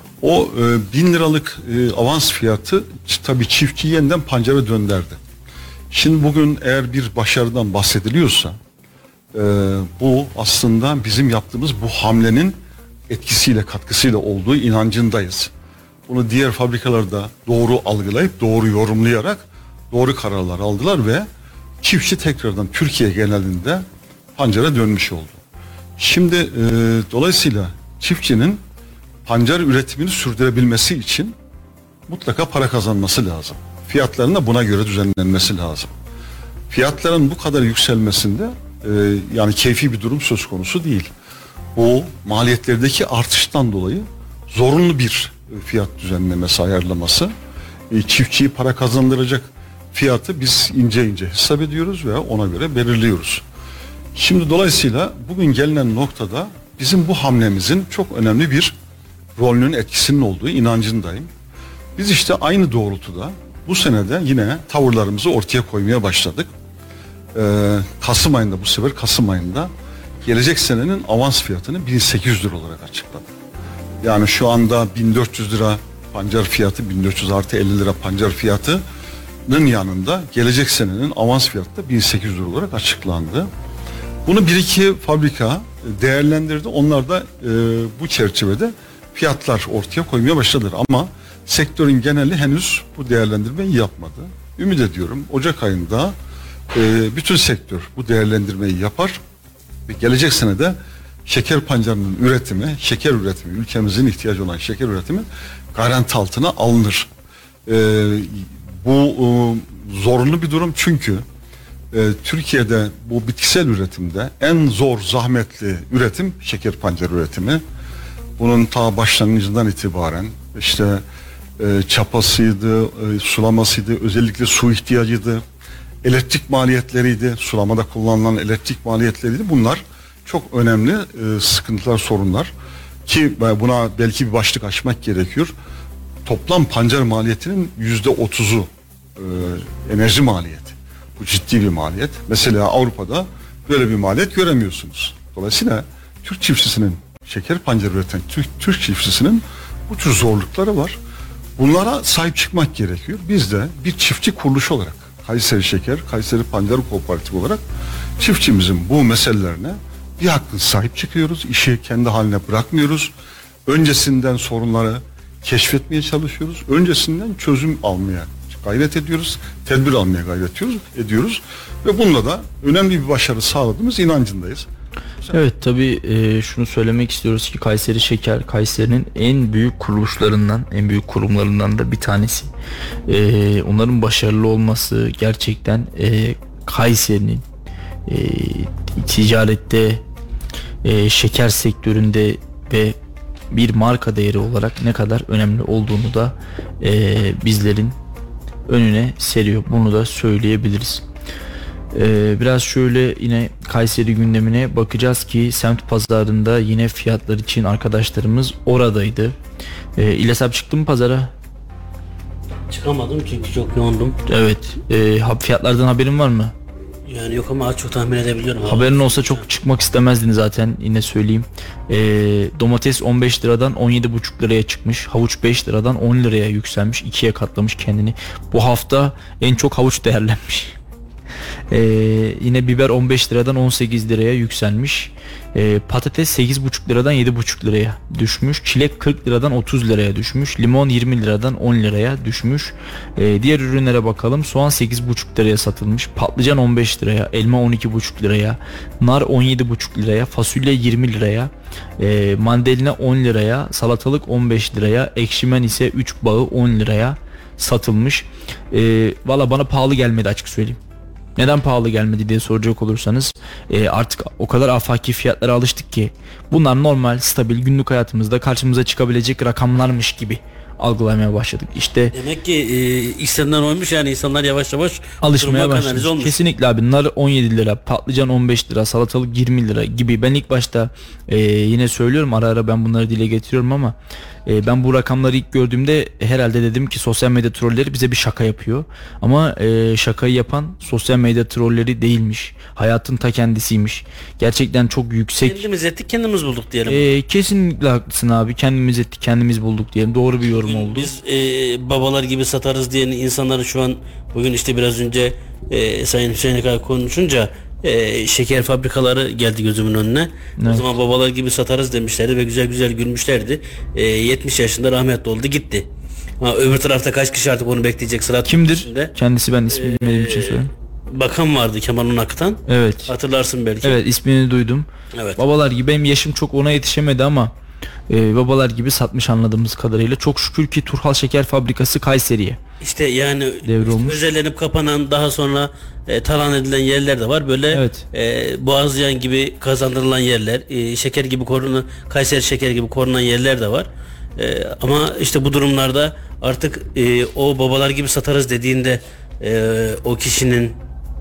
Speaker 4: O e, bin liralık e, avans fiyatı tabii çiftçi yeniden pancara döndürdü. Şimdi bugün eğer bir başarıdan bahsediliyorsa e, bu aslında bizim yaptığımız bu hamlenin etkisiyle, katkısıyla olduğu inancındayız. Bunu diğer fabrikalarda doğru algılayıp doğru yorumlayarak doğru kararlar aldılar ve çiftçi tekrardan Türkiye genelinde pancara dönmüş oldu. Şimdi e, dolayısıyla çiftçinin pancar üretimini sürdürebilmesi için mutlaka para kazanması lazım. Fiyatların da buna göre düzenlenmesi lazım. Fiyatların bu kadar yükselmesinde e, yani keyfi bir durum söz konusu değil. Bu maliyetlerdeki artıştan dolayı zorunlu bir fiyat düzenlemesi, ayarlaması. E, çiftçiyi para kazandıracak fiyatı biz ince ince hesap ediyoruz ve ona göre belirliyoruz. Şimdi dolayısıyla bugün gelinen noktada bizim bu hamlemizin çok önemli bir rolünün, etkisinin olduğu inancındayım. Biz işte aynı doğrultuda bu senede yine tavırlarımızı ortaya koymaya başladık. Ee, Kasım ayında, bu sefer Kasım ayında gelecek senenin avans fiyatını bin sekiz yüz lira olarak açıkladık. Yani şu anda bin dört yüz lira pancar fiyatı, bin dört yüz artı elli lira pancar fiyatının yanında gelecek senenin avans fiyatı da bin sekiz yüz lira olarak açıklandı. Bunu bir iki fabrika değerlendirdi. Onlar da e, bu çerçevede fiyatlar ortaya koymaya başladılar. Ama sektörün geneli henüz bu değerlendirmeyi yapmadı. Ümit ediyorum Ocak ayında e, bütün sektör bu değerlendirmeyi yapar ve gelecek senede şeker pancarının üretimi, şeker üretimi, ülkemizin ihtiyacı olan şeker üretimi garanti altına alınır. E, bu e, zorunlu bir durum çünkü e, Türkiye'de bu bitkisel üretimde en zor, zahmetli üretim şeker pancarı üretimi. Bunun ta başlangıcından itibaren işte e, çapasıydı, e, sulamasıydı, özellikle su ihtiyacıydı, elektrik maliyetleriydi, sulamada kullanılan elektrik maliyetleriydi. Bunlar çok önemli e, sıkıntılar, sorunlar ki buna belki bir başlık açmak gerekiyor. Toplam pancar maliyetinin yüzde otuzu e, enerji maliyeti. Bu ciddi bir maliyet. Mesela Avrupa'da böyle bir maliyet göremiyorsunuz. Dolayısıyla Türk çiftçisinin, şeker pancarı üreten Türk, Türk çiftçisinin bu tür zorlukları var. Bunlara sahip çıkmak gerekiyor. Biz de bir çiftçi kuruluş olarak Kayseri Şeker, Kayseri Pancarı Kooperatif olarak çiftçimizin bu meselelerine bir hakkın sahip çıkıyoruz. İşi kendi haline bırakmıyoruz. Öncesinden sorunları keşfetmeye çalışıyoruz. Öncesinden çözüm almaya gayret ediyoruz. Tedbir almaya gayret ediyoruz. ediyoruz. Ve bununla da önemli bir başarı sağladığımız inancındayız.
Speaker 2: Evet, tabii e, şunu söylemek istiyoruz ki Kayseri Şeker, Kayseri'nin en büyük kuruluşlarından, en büyük kurumlarından da bir tanesi. E, onların başarılı olması gerçekten e, Kayseri'nin e, ticarette, e, şeker sektöründe ve bir marka değeri olarak ne kadar önemli olduğunu da e, bizlerin önüne seriyor. Bunu da söyleyebiliriz. Ee, biraz şöyle yine Kayseri gündemine bakacağız ki semt pazarında yine fiyatlar için arkadaşlarımız oradaydı. Ee, İlyas abi çıktı mı pazara?
Speaker 3: Çıkamadım çünkü çok yoğundum.
Speaker 2: Evet. E, fiyatlardan haberin var mı?
Speaker 3: Yani yok ama az çok tahmin edebiliyorum.
Speaker 2: Haberin olsa çok çıkmak istemezdin zaten, yine söyleyeyim. Ee, domates on beş liradan on yedi buçuk liraya çıkmış. Havuç beş liradan on liraya yükselmiş. ikiye katlamış kendini. Bu hafta en çok havuç değerlenmiş. Ee, yine biber on beş liradan on sekiz liraya yükselmiş. Ee, patates sekiz buçuk liradan yedi buçuk liraya düşmüş. Çilek kırk liradan otuz liraya düşmüş. Limon yirmi liradan on liraya düşmüş. Ee, diğer ürünlere bakalım. Soğan sekiz buçuk liraya satılmış. Patlıcan on beş liraya, elma on iki buçuk liraya, nar on yedi buçuk liraya, fasulye yirmi liraya, e, mandalina on liraya, salatalık on beş liraya, ekşimen ise üç bağı on liraya satılmış. E, Valla bana pahalı gelmedi, açık söyleyeyim. Neden pahalı gelmedi diye soracak olursanız e, artık o kadar afaki fiyatlara alıştık ki bunlar normal, stabil, günlük hayatımızda karşımıza çıkabilecek rakamlarmış gibi algılamaya başladık. İşte
Speaker 3: demek ki e, istenilen oymuş, yani insanlar yavaş yavaş
Speaker 2: alışmaya başladı. Kesinlikle abi, nar on yedi lira, patlıcan on beş lira, salatalık yirmi lira gibi. Ben ilk başta e, yine söylüyorum, ara ara ben bunları dile getiriyorum ama e, ben bu rakamları ilk gördüğümde herhalde dedim ki sosyal medya trolleri bize bir şaka yapıyor. Ama e, şakayı yapan sosyal medya trolleri değilmiş. Hayatın ta kendisiymiş. Gerçekten çok yüksek.
Speaker 3: Kendimiz ettik, kendimiz bulduk diyelim.
Speaker 2: E, kesinlikle haklısın abi. Kendimiz ettik, kendimiz bulduk diyelim. Doğru bir yorum oldu.
Speaker 3: Biz e, babalar gibi satarız diyen insanları şu an, bugün işte biraz önce e, Sayın Hüseyin Akay konuşunca e, şeker fabrikaları geldi gözümün önüne. Evet. O zaman babalar gibi satarız demişlerdi ve güzel güzel gülmüşlerdi. E, yetmiş yaşında rahmetli oldu, gitti. Ama öbür tarafta kaç kişi artık onu bekleyecek sıra.
Speaker 2: Kimdir?
Speaker 3: Içinde.
Speaker 2: Kendisi, ben ismini e, bilmediğim için söylüyorum.
Speaker 3: Bakan vardı, Kemal Unak'tan.
Speaker 2: Evet.
Speaker 3: Hatırlarsın belki.
Speaker 2: Evet, ismini duydum. Evet. Babalar gibi, benim yaşım çok ona yetişemedi ama e, babalar gibi satmış anladığımız kadarıyla. Çok şükür ki Turhal Şeker Fabrikası Kayseri'ye
Speaker 3: İşte yani işte özellenip kapanan, daha sonra e, talan edilen yerler de var. Böyle evet. e, Boğazlayan gibi kazandırılan yerler, e, şeker gibi korunan, Kayseri Şeker gibi korunan yerler de var. E, ama işte bu durumlarda artık e, o babalar gibi satarız dediğinde e, o kişinin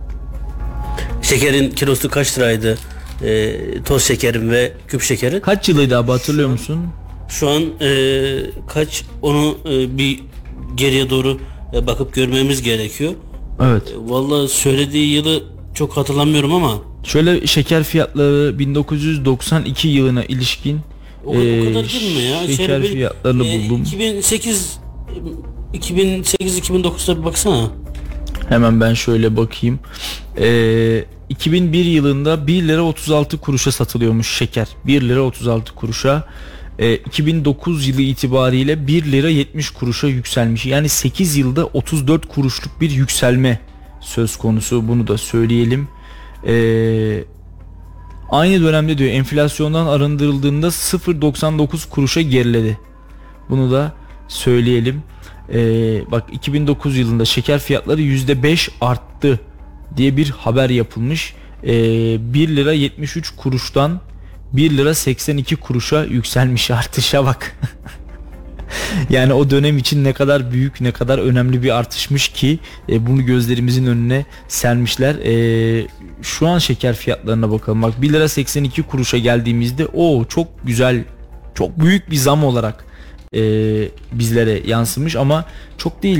Speaker 3: şekerin kilosu kaç liraydı? E, toz şekerin ve küp şekerin.
Speaker 2: Kaç yılıydı abi, hatırlıyor musun?
Speaker 3: Şu an e, kaç, onu e, bir geriye doğru e, bakıp görmemiz gerekiyor.
Speaker 2: Evet.
Speaker 3: E, vallahi söylediği yılı çok hatırlamıyorum ama.
Speaker 2: Şöyle şeker fiyatları bin dokuz yüz doksan iki yılına ilişkin
Speaker 3: o, e, o kadar değil mi ya?
Speaker 2: Şeker
Speaker 3: bir,
Speaker 2: fiyatlarını
Speaker 3: e,
Speaker 2: buldum.
Speaker 3: iki bin sekiz iki bin sekiz iki bin dokuzda bir baksana.
Speaker 2: Hemen ben şöyle bakayım. Ee, iki bin bir yılında bir lira otuz altı kuruşa satılıyormuş şeker. bir lira otuz altı kuruşa. Ee, iki bin dokuz yılı itibariyle bir lira yetmiş kuruşa yükselmiş. Yani sekiz yılda otuz dört kuruşluk bir yükselme söz konusu. Bunu da söyleyelim. Ee, aynı dönemde diyor enflasyondan arındırıldığında sıfır virgül doksan dokuz kuruşa geriledi. Bunu da söyleyelim. Ee, bak iki bin dokuz yılında şeker fiyatları yüzde beş arttı diye bir haber yapılmış. Ee, bir lira yetmiş üç kuruştan bir lira seksen iki kuruşa yükselmiş, artışa bak. Yani o dönem için ne kadar büyük, ne kadar önemli bir artışmış ki e, bunu gözlerimizin önüne sermişler. E, şu an şeker fiyatlarına bakalım. Bak, bir lira seksen iki kuruşa geldiğimizde o çok güzel, çok büyük bir zam olarak e, bizlere yansımış ama çok değil.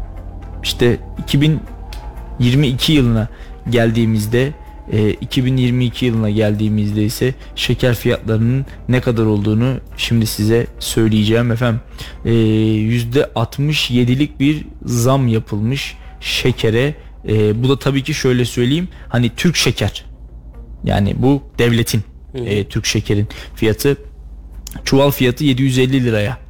Speaker 2: İşte iki bin yirmi iki yılına geldiğimizde e, iki bin yirmi iki yılına geldiğimizde ise şeker fiyatlarının ne kadar olduğunu şimdi size söyleyeceğim efendim. E, yüzde altmış yedilik bir zam yapılmış şekere. E, bu da tabii ki şöyle söyleyeyim, hani Türk şeker, yani bu devletin e, Türk şekerin fiyatı, çuval fiyatı yedi yüz elli liraya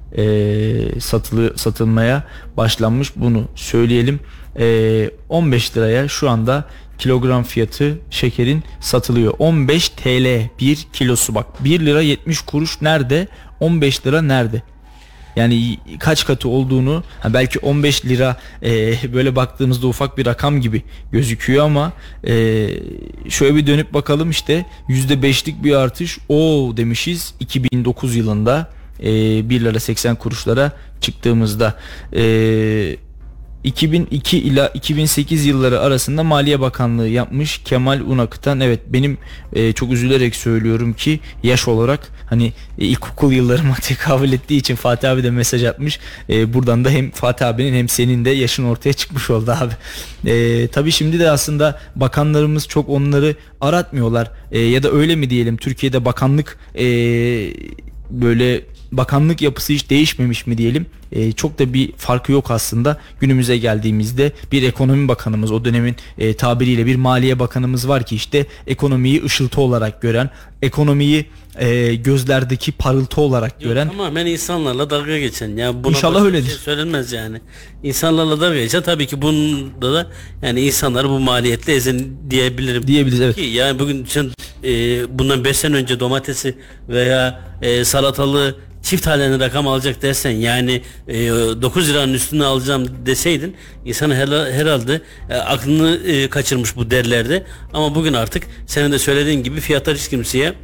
Speaker 2: e, satılı satılmaya başlanmış, bunu söyleyelim. E, on beş liraya şu anda kilogram fiyatı şekerin satılıyor. on beş TL bir kilosu, bak bir lira yetmiş kuruş nerede, on beş lira nerede? Yani kaç katı olduğunu, belki on beş lira e, böyle baktığımızda ufak bir rakam gibi gözüküyor ama e, şöyle bir dönüp bakalım, işte yüzde beşlik bir artış o demişiz iki bin dokuz yılında e, bir lira seksen kuruşlara çıktığımızda. E, iki bin iki ila iki bin sekiz yılları arasında Maliye Bakanlığı yapmış Kemal Unakıtan. Evet, benim e, çok üzülerek söylüyorum ki yaş olarak hani e, ilkokul yıllarıma tekabül ettiği için Fatih abi de mesaj atmış. E, buradan da hem Fatih abinin hem senin de yaşın ortaya çıkmış oldu abi. E, tabii şimdi de aslında bakanlarımız çok onları aratmıyorlar. E, ya da öyle mi diyelim, Türkiye'de bakanlık e, böyle bakanlık yapısı hiç değişmemiş mi diyelim. Ee, çok da bir farkı yok aslında. Günümüze geldiğimizde bir ekonomi bakanımız, o dönemin e, tabiriyle bir maliye bakanımız var ki işte ekonomiyi ışıltı olarak gören, ekonomiyi e, gözlerdeki parıltı olarak gören.
Speaker 3: Yok, tamamen insanlarla dalga geçen. Ya buna
Speaker 2: İnşallah öyledir.
Speaker 3: Şey söylenmez yani. İnsanlarla dalga geçen, tabii ki bunda da yani insanları bu maliyetle ezen diyebilirim.
Speaker 2: Diyebiliriz, evet.
Speaker 3: Ki yani bugün sen, e, bundan beş sene önce domatesi veya e, salatalığı çift halini rakam alacak dersen, yani e, dokuz liranın üstüne alacağım deseydin, insan her, herhalde e, aklını e, kaçırmış bu derlerde. Ama bugün artık senin de söylediğin gibi fiyatlar hiç kimseye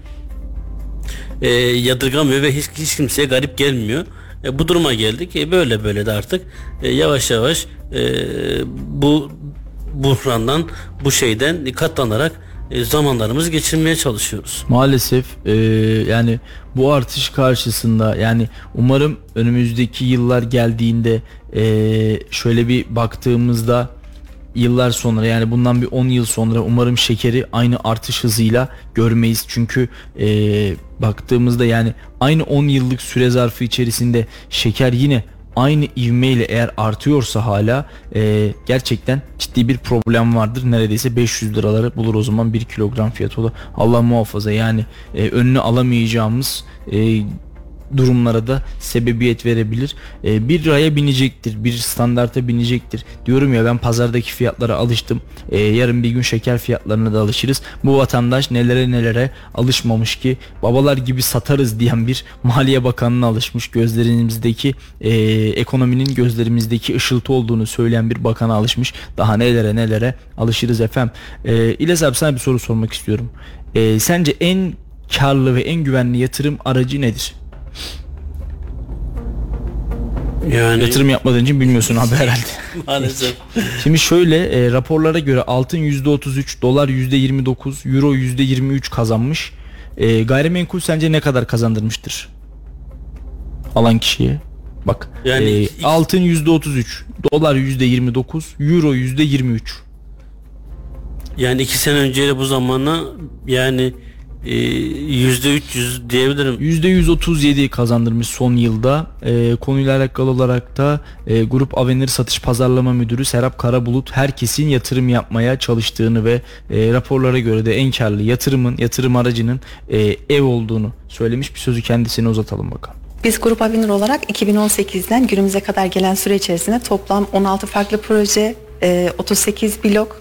Speaker 3: e, yadırgamıyor ve hiç, hiç kimseye garip gelmiyor. E, bu duruma geldik. E, böyle böyle de artık e, yavaş yavaş e, bu buhrandan, bu şeyden katlanarak e, zamanlarımızı geçirmeye çalışıyoruz.
Speaker 2: Maalesef e, yani bu artış karşısında, yani umarım önümüzdeki yıllar geldiğinde e, şöyle bir baktığımızda yıllar sonra, yani bundan bir on yıl sonra umarım şekeri aynı artış hızıyla görmeyiz. Çünkü e, baktığımızda yani aynı on yıllık süre zarfı içerisinde şeker yine aynı ivmeyle eğer artıyorsa hala e, gerçekten ciddi bir problem vardır. Neredeyse beş yüz liraları bulur o zaman bir kilogram fiyatı olur. Allah muhafaza, yani e, önünü alamayacağımız e, durumlara da sebebiyet verebilir. E, bir raya binecektir, bir standarta binecektir. Diyorum ya, ben pazardaki fiyatlara alıştım. E, yarın bir gün şeker fiyatlarına da alışırız. Bu vatandaş nelere nelere alışmamış ki, babalar gibi satarız diyen bir Maliye Bakanı'na alışmış. Gözlerimizdeki e, ekonominin gözlerimizdeki ışıltı olduğunu söyleyen bir bakana alışmış. Daha nelere nelere alışırız efendim. E, İlyas abi, sana bir soru sormak istiyorum. E, sence en karlı ve en güvenli yatırım aracı nedir?
Speaker 3: Yani
Speaker 2: yatırım yapmadığın için bilmiyorsun abi herhalde.
Speaker 3: Maalesef.
Speaker 2: Şimdi şöyle e, raporlara göre altın yüzde otuz üç, dolar yüzde yirmi dokuz, euro yüzde yirmi üç kazanmış. E, gayrimenkul sence ne kadar kazandırmıştır alan kişiye? Bak
Speaker 3: yani
Speaker 2: e,
Speaker 3: iki,
Speaker 2: altın yüzde otuz üç, dolar yüzde yirmi dokuz, euro yüzde yirmi üç.
Speaker 3: Yani iki sene önceyle bu zamana yani yüzde üç yüz diyebilirim.
Speaker 2: yüzde yüz otuz yedi kazandırmış son yılda. E, konuyla alakalı olarak da e, Grup Avenir Satış Pazarlama Müdürü Serap Karabulut herkesin yatırım yapmaya çalıştığını ve e, raporlara göre de en karlı yatırımın, yatırım aracının e, ev olduğunu söylemiş. Bir sözü kendisine uzatalım bakalım.
Speaker 5: Biz Grup Avenir olarak iki bin on sekizden günümüze kadar gelen süre içerisinde toplam on altı farklı proje, otuz sekiz blok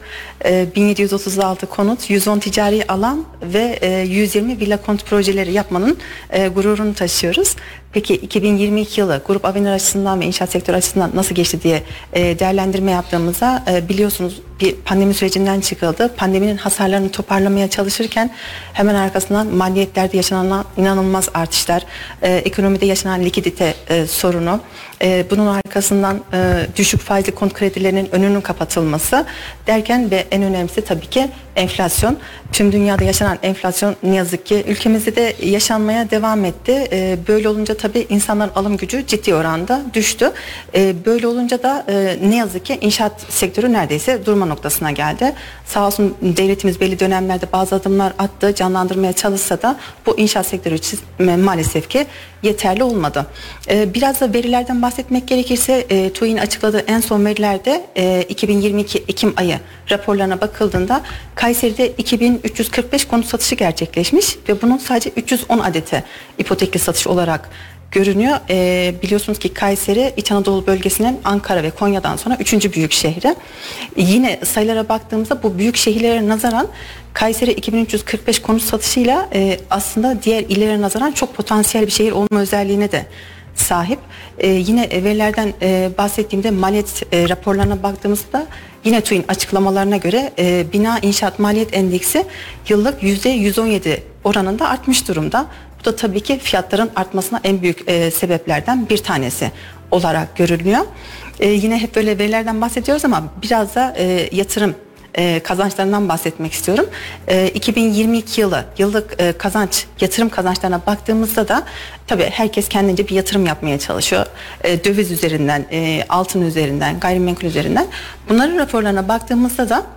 Speaker 5: e, bin yedi yüz otuz altı konut, yüz on ticari alan ve e, yüz yirmi villa konut projeleri yapmanın e, gururunu taşıyoruz. Peki iki bin yirmi iki yılı Grup Avenir açısından ve inşaat sektörü açısından nasıl geçti diye e, değerlendirme yaptığımızda e, biliyorsunuz bir pandemi sürecinden çıkıldı. Pandeminin hasarlarını toparlamaya çalışırken hemen arkasından maliyetlerde yaşanan inanılmaz artışlar, e, ekonomide yaşanan likidite e, sorunu, e, bunun arkasından e, düşük faizli konut kredilerinin önünün kapatılması derken ve en önemlisi tabii ki enflasyon. Tüm dünyada yaşanan enflasyon ne yazık ki ülkemizde de yaşanmaya devam etti. E, böyle olunca tabii insanların alım gücü ciddi oranda düştü. E, böyle olunca da e, ne yazık ki inşaat sektörü neredeyse durma noktasına geldi. Sağ olsun devletimiz belli dönemlerde bazı adımlar attı, canlandırmaya çalışsa da bu inşaat sektörü için maalesef ki yeterli olmadı. E, biraz da verilerden bahsetmek gerekirse e, TÜİ'nin açıkladığı en son verilerde e, iki bin yirmi iki Ekim ayı raporlarına bakıldığında Kayseri'de iki bin üç yüz kırk beş konut satışı gerçekleşmiş ve bunun sadece üç yüz on adeti ipotekli satış olarak görünüyor. E, biliyorsunuz ki Kayseri İç Anadolu bölgesinin Ankara ve Konya'dan sonra üçüncü büyük şehri. E, yine sayılara baktığımızda bu büyük şehirlere nazaran Kayseri iki bin üç yüz kırk beş konut satışıyla e, aslında diğer illere nazaran çok potansiyel bir şehir olma özelliğine de sahip. E, yine verilerden e, bahsettiğimde maliyet e, raporlarına baktığımızda yine TÜİ'nin açıklamalarına göre e, bina inşaat maliyet endeksi yıllık yüzde yüz on yedi oranında artmış durumda. Bu da tabii ki fiyatların artmasına en büyük e, sebeplerden bir tanesi olarak görülüyor. E, yine hep böyle verilerden bahsediyoruz ama biraz da e, yatırım e, kazançlarından bahsetmek istiyorum. E, iki bin yirmi iki yılı yıllık e, kazanç, yatırım kazançlarına baktığımızda da tabii herkes kendince bir yatırım yapmaya çalışıyor. E, döviz üzerinden, e, altın üzerinden, gayrimenkul üzerinden. Bunların raporlarına baktığımızda da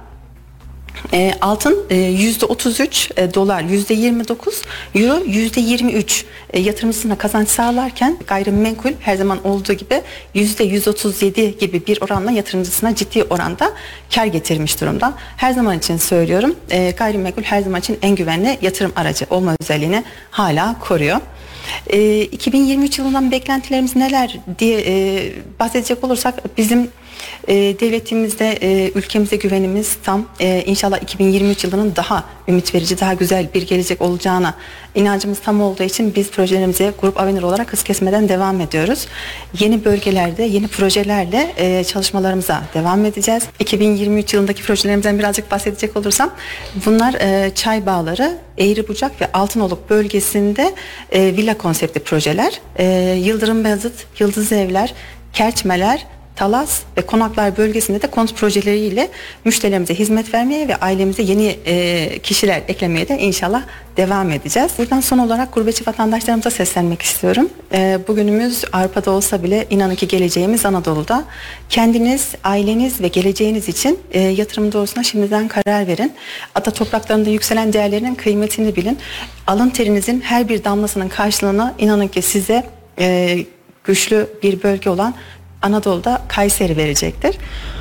Speaker 5: E, altın e, yüzde otuz üç, e, dolar yüzde yirmi dokuz, euro yüzde yirmi üç e, yatırımcısına kazanç sağlarken gayrimenkul her zaman olduğu gibi yüzde yüz otuz yedi gibi bir oranla yatırımcısına ciddi oranda kar getirmiş durumda. Her zaman için söylüyorum, e, gayrimenkul her zaman için en güvenli yatırım aracı olma özelliğini hala koruyor. E, iki bin yirmi üç yılından beklentilerimiz neler diye e, bahsedecek olursak bizim e, devletimizde, e, ülkemize güvenimiz tam. E, inşallah iki bin yirmi üç yılının daha ümit verici, daha güzel bir gelecek olacağına inancımız tam olduğu için biz projelerimize Grup Avenir olarak hız kesmeden devam ediyoruz. Yeni bölgelerde, yeni projelerle e, çalışmalarımıza devam edeceğiz. iki bin yirmi üç yılındaki projelerimizden birazcık bahsedecek olursam bunlar e, Çay Bağları, Eğribucak ve Altınoluk bölgesinde e, villa konseptli projeler. E, Yıldırım Beyazıt, Yıldız Evler, Kerçmeler, Talas ve Konaklar bölgesinde de konut projeleriyle müşterilerimize hizmet vermeye ve ailemize yeni e, kişiler eklemeye de inşallah devam edeceğiz. Buradan son olarak gurbetçi vatandaşlarımıza seslenmek istiyorum. E, bugünümüz Avrupa'da olsa bile inanın ki geleceğimiz Anadolu'da. Kendiniz, aileniz ve geleceğiniz için e, yatırım doğrusuna şimdiden karar verin. Ata topraklarında yükselen değerlerinin kıymetini bilin. Alın terinizin her bir damlasının karşılığını inanın ki size e, güçlü bir bölge olan Anadolu'da Kayseri verecektir.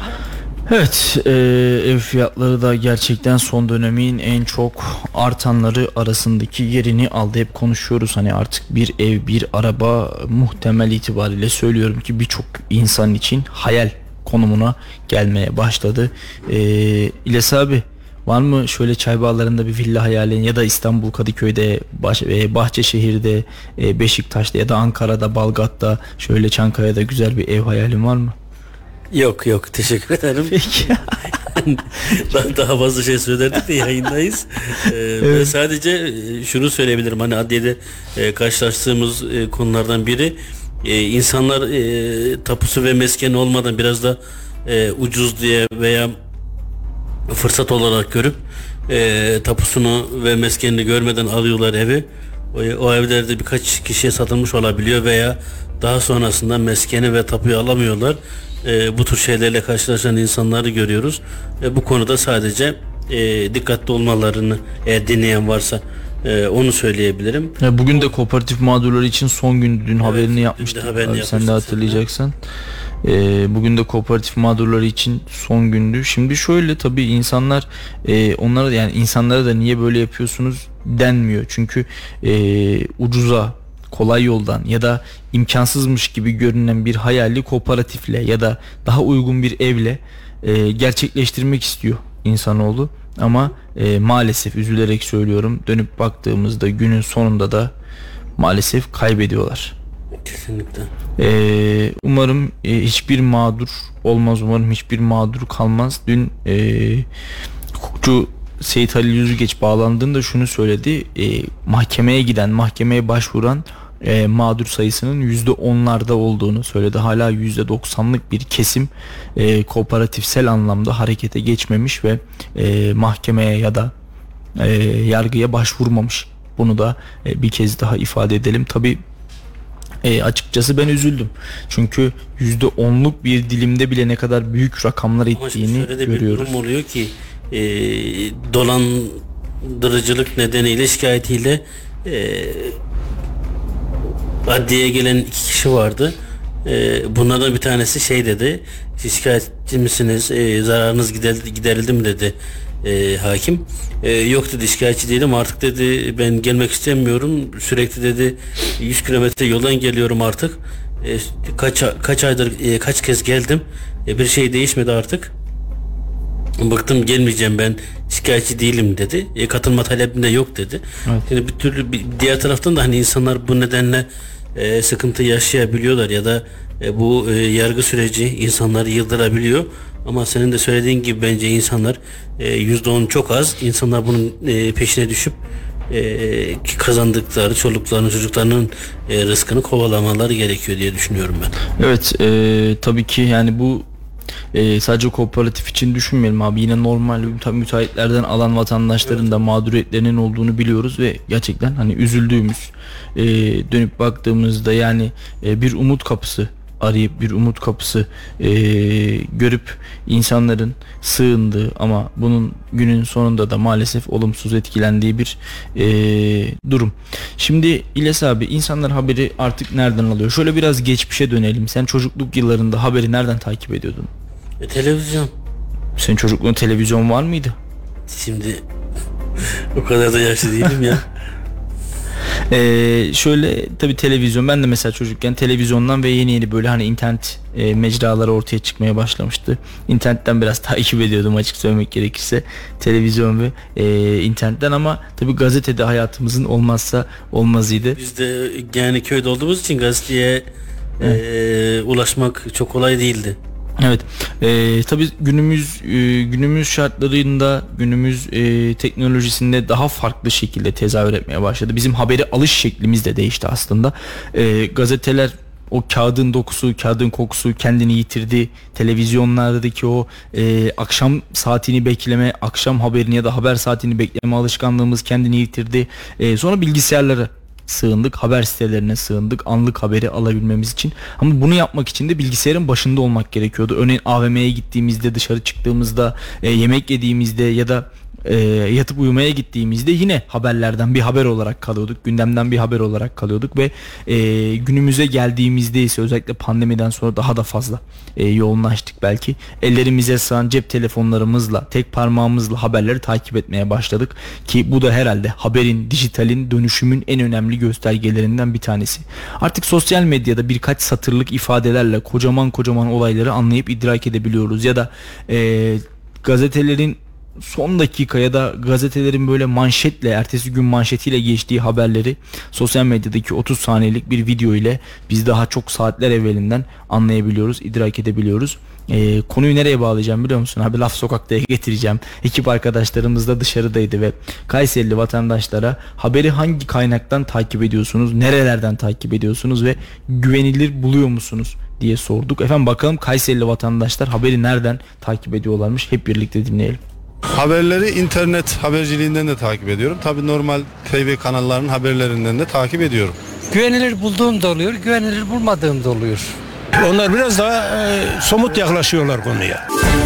Speaker 2: Evet, e, ev fiyatları da gerçekten son dönemin en çok artanları arasındaki yerini aldı. Hep konuşuyoruz hani artık bir ev, bir araba muhtemel itibariyle söylüyorum ki birçok insan için hayal konumuna gelmeye başladı. E, İlyas abi, var mı şöyle Çay Bağları'nda bir villa hayalin ya da İstanbul Kadıköy'de, Baş, e, Bahçeşehir'de, e, Beşiktaş'ta ya da Ankara'da, Balgat'ta, şöyle Çankaya'da güzel bir ev hayalin var mı?
Speaker 3: Yok yok, teşekkür ederim.
Speaker 2: Peki.
Speaker 3: daha, daha fazla şey söylerdik de yayındayız. Ee, evet. Sadece şunu söyleyebilirim, hani adliyede e, karşılaştığımız e, konulardan biri e, insanlar e, tapusu ve meskeni olmadan biraz da e, ucuz diye veya fırsat olarak görüp e, tapusunu ve meskenini görmeden alıyorlar evi. O, o evlerde birkaç kişiye satılmış olabiliyor veya daha sonrasında meskeni ve tapuyu alamıyorlar. E, bu tür şeylerle karşılaşan insanları görüyoruz. E, bu konuda sadece e, dikkatli olmalarını eğer dinleyen varsa e, onu söyleyebilirim.
Speaker 2: Ya bugün de kooperatif mağdurları için son gün, dün evet, haberini yapmıştık.
Speaker 3: Haberini
Speaker 2: abi, sen de hatırlayacaksan. E, bugün de kooperatif mağdurları için son gündü. Şimdi şöyle, tabii insanlar e, onlara, yani insanlara da niye böyle yapıyorsunuz denmiyor. Çünkü e, ucuza, kolay yoldan ya da imkansızmış gibi görünen bir hayali kooperatifle ya da daha uygun bir evle e, gerçekleştirmek istiyor insanoğlu ama e, maalesef üzülerek söylüyorum, dönüp baktığımızda günün sonunda da maalesef kaybediyorlar.
Speaker 3: Kesinlikle.
Speaker 2: Ee, umarım e, hiçbir mağdur olmaz, umarım hiçbir mağdur kalmaz. Dün e, hukukçu Seyit Halil Yüzgeç bağlandığında şunu söyledi: e, mahkemeye giden, mahkemeye başvuran e, mağdur sayısının yüzde onlarda olduğunu söyledi. Hala yüzde doksanlık bir kesim e, kooperatifsel anlamda harekete geçmemiş ve e, mahkemeye ya da e, yargıya başvurmamış. Bunu da e, bir kez daha ifade edelim. Tabii E, açıkçası ben üzüldüm. Çünkü yüzde onluk bir dilimde bile ne kadar büyük rakamlar ettiğini görüyoruz. Bir durum
Speaker 3: oluyor ki e, dolandırıcılık nedeniyle, şikayetiyle e, adliyeye gelen iki kişi vardı. E, bunlardan bir tanesi şey dedi: şikayetçi misiniz? E, zararınız giderildi, giderildi mi dedi e, hakim. E, yok dedi, şikayetçi değilim artık dedi, ben gelmek istemiyorum, sürekli dedi yüz kilometre yoldan geliyorum artık, e, kaç kaç aydır e, kaç kez geldim, e, bir şey değişmedi artık, bıktım, gelmeyeceğim, ben şikayetçi değilim dedi, e, katılma talebim de yok dedi. Evet. Yani bir türlü bir, diğer taraftan da hani insanlar bu nedenle e, sıkıntı yaşayabiliyorlar ya da e, bu e, yargı süreci insanları yıldırabiliyor. Ama senin de söylediğin gibi bence insanlar yüzde on çok az. İnsanlar bunun e, peşine düşüp e, kazandıkları çoluklarının, çocuklarının e, rızkını kovalamaları gerekiyor diye düşünüyorum ben.
Speaker 2: Evet, e, tabii ki yani bu e, sadece kooperatif için düşünmeyelim abi. Yine normal müteahhitlerden alan vatandaşların evet. da mağduriyetlerinin olduğunu biliyoruz ve gerçekten hani üzüldüğümüz, e, dönüp baktığımızda yani e, bir umut kapısı arayıp bir umut kapısı e, görüp insanların sığındığı ama bunun günün sonunda da maalesef olumsuz etkilendiği bir e, durum. Şimdi İlyas abi, insanlar haberi artık nereden alıyor? Şöyle biraz geçmişe dönelim. Sen çocukluk yıllarında haberi nereden takip ediyordun?
Speaker 3: E, televizyon.
Speaker 2: Senin çocukluğun televizyon var mıydı?
Speaker 3: Şimdi o kadar da yaşlı değilim ya.
Speaker 2: Ee, şöyle tabii televizyon, ben de mesela çocukken televizyondan ve yeni yeni böyle hani internet e, mecraları ortaya çıkmaya başlamıştı. İnternetten biraz takip ediyordum açık söylemek gerekirse, televizyon ve e, internetten, ama tabii gazetede hayatımızın olmazsa olmazıydı.
Speaker 3: Biz de yani köyde olduğumuz için gazeteye e, ulaşmak çok kolay değildi.
Speaker 2: Evet, e, tabii günümüz e, günümüz şartlarında, günümüz e, teknolojisinde daha farklı şekilde tezahür etmeye başladı. Bizim haberi alış şeklimiz de değişti aslında. E, gazeteler, o kağıdın dokusu, kağıdın kokusu kendini yitirdi. Televizyonlardaki o e, akşam saatini bekleme, akşam haberini ya da haber saatini bekleme alışkanlığımız kendini yitirdi. E, sonra bilgisayarlara sığındık, haber sitelerine sığındık anlık haberi alabilmemiz için. Ama bunu yapmak için de bilgisayarın başında olmak gerekiyordu. Örneğin A V M'ye gittiğimizde, dışarı çıktığımızda, e, yemek yediğimizde ya da e, yatıp uyumaya gittiğimizde yine haberlerden bir haber olarak kalıyorduk. Gündemden bir haber olarak kalıyorduk ve e, günümüze geldiğimizde ise özellikle pandemiden sonra daha da fazla e, yoğunlaştık belki. Ellerimize sığan cep telefonlarımızla, tek parmağımızla haberleri takip etmeye başladık ki bu da herhalde haberin, dijitalin, dönüşümün en önemli göstergelerinden bir tanesi. Artık sosyal medyada birkaç satırlık ifadelerle kocaman kocaman olayları anlayıp idrak edebiliyoruz ya da e, gazetelerin son dakika ya da gazetelerin böyle manşetle, ertesi gün manşetiyle geçtiği haberleri sosyal medyadaki otuz saniyelik bir video ile biz daha çok saatler evvelinden anlayabiliyoruz, idrak edebiliyoruz. Ee, konuyu nereye bağlayacağım biliyor musun? Abi laf sokaktaya getireceğim. Ekip arkadaşlarımız da dışarıdaydı ve Kayserili vatandaşlara haberi hangi kaynaktan takip ediyorsunuz, nerelerden takip ediyorsunuz ve güvenilir buluyor musunuz diye sorduk. Efendim bakalım Kayserili vatandaşlar haberi nereden takip ediyorlarmış, hep birlikte dinleyelim.
Speaker 6: Haberleri internet haberciliğinden de takip ediyorum. Tabii normal T V kanallarının haberlerinden de takip ediyorum.
Speaker 7: Güvenilir bulduğum da oluyor, güvenilir bulmadığım da oluyor.
Speaker 8: Onlar biraz daha e, somut yaklaşıyorlar konuya.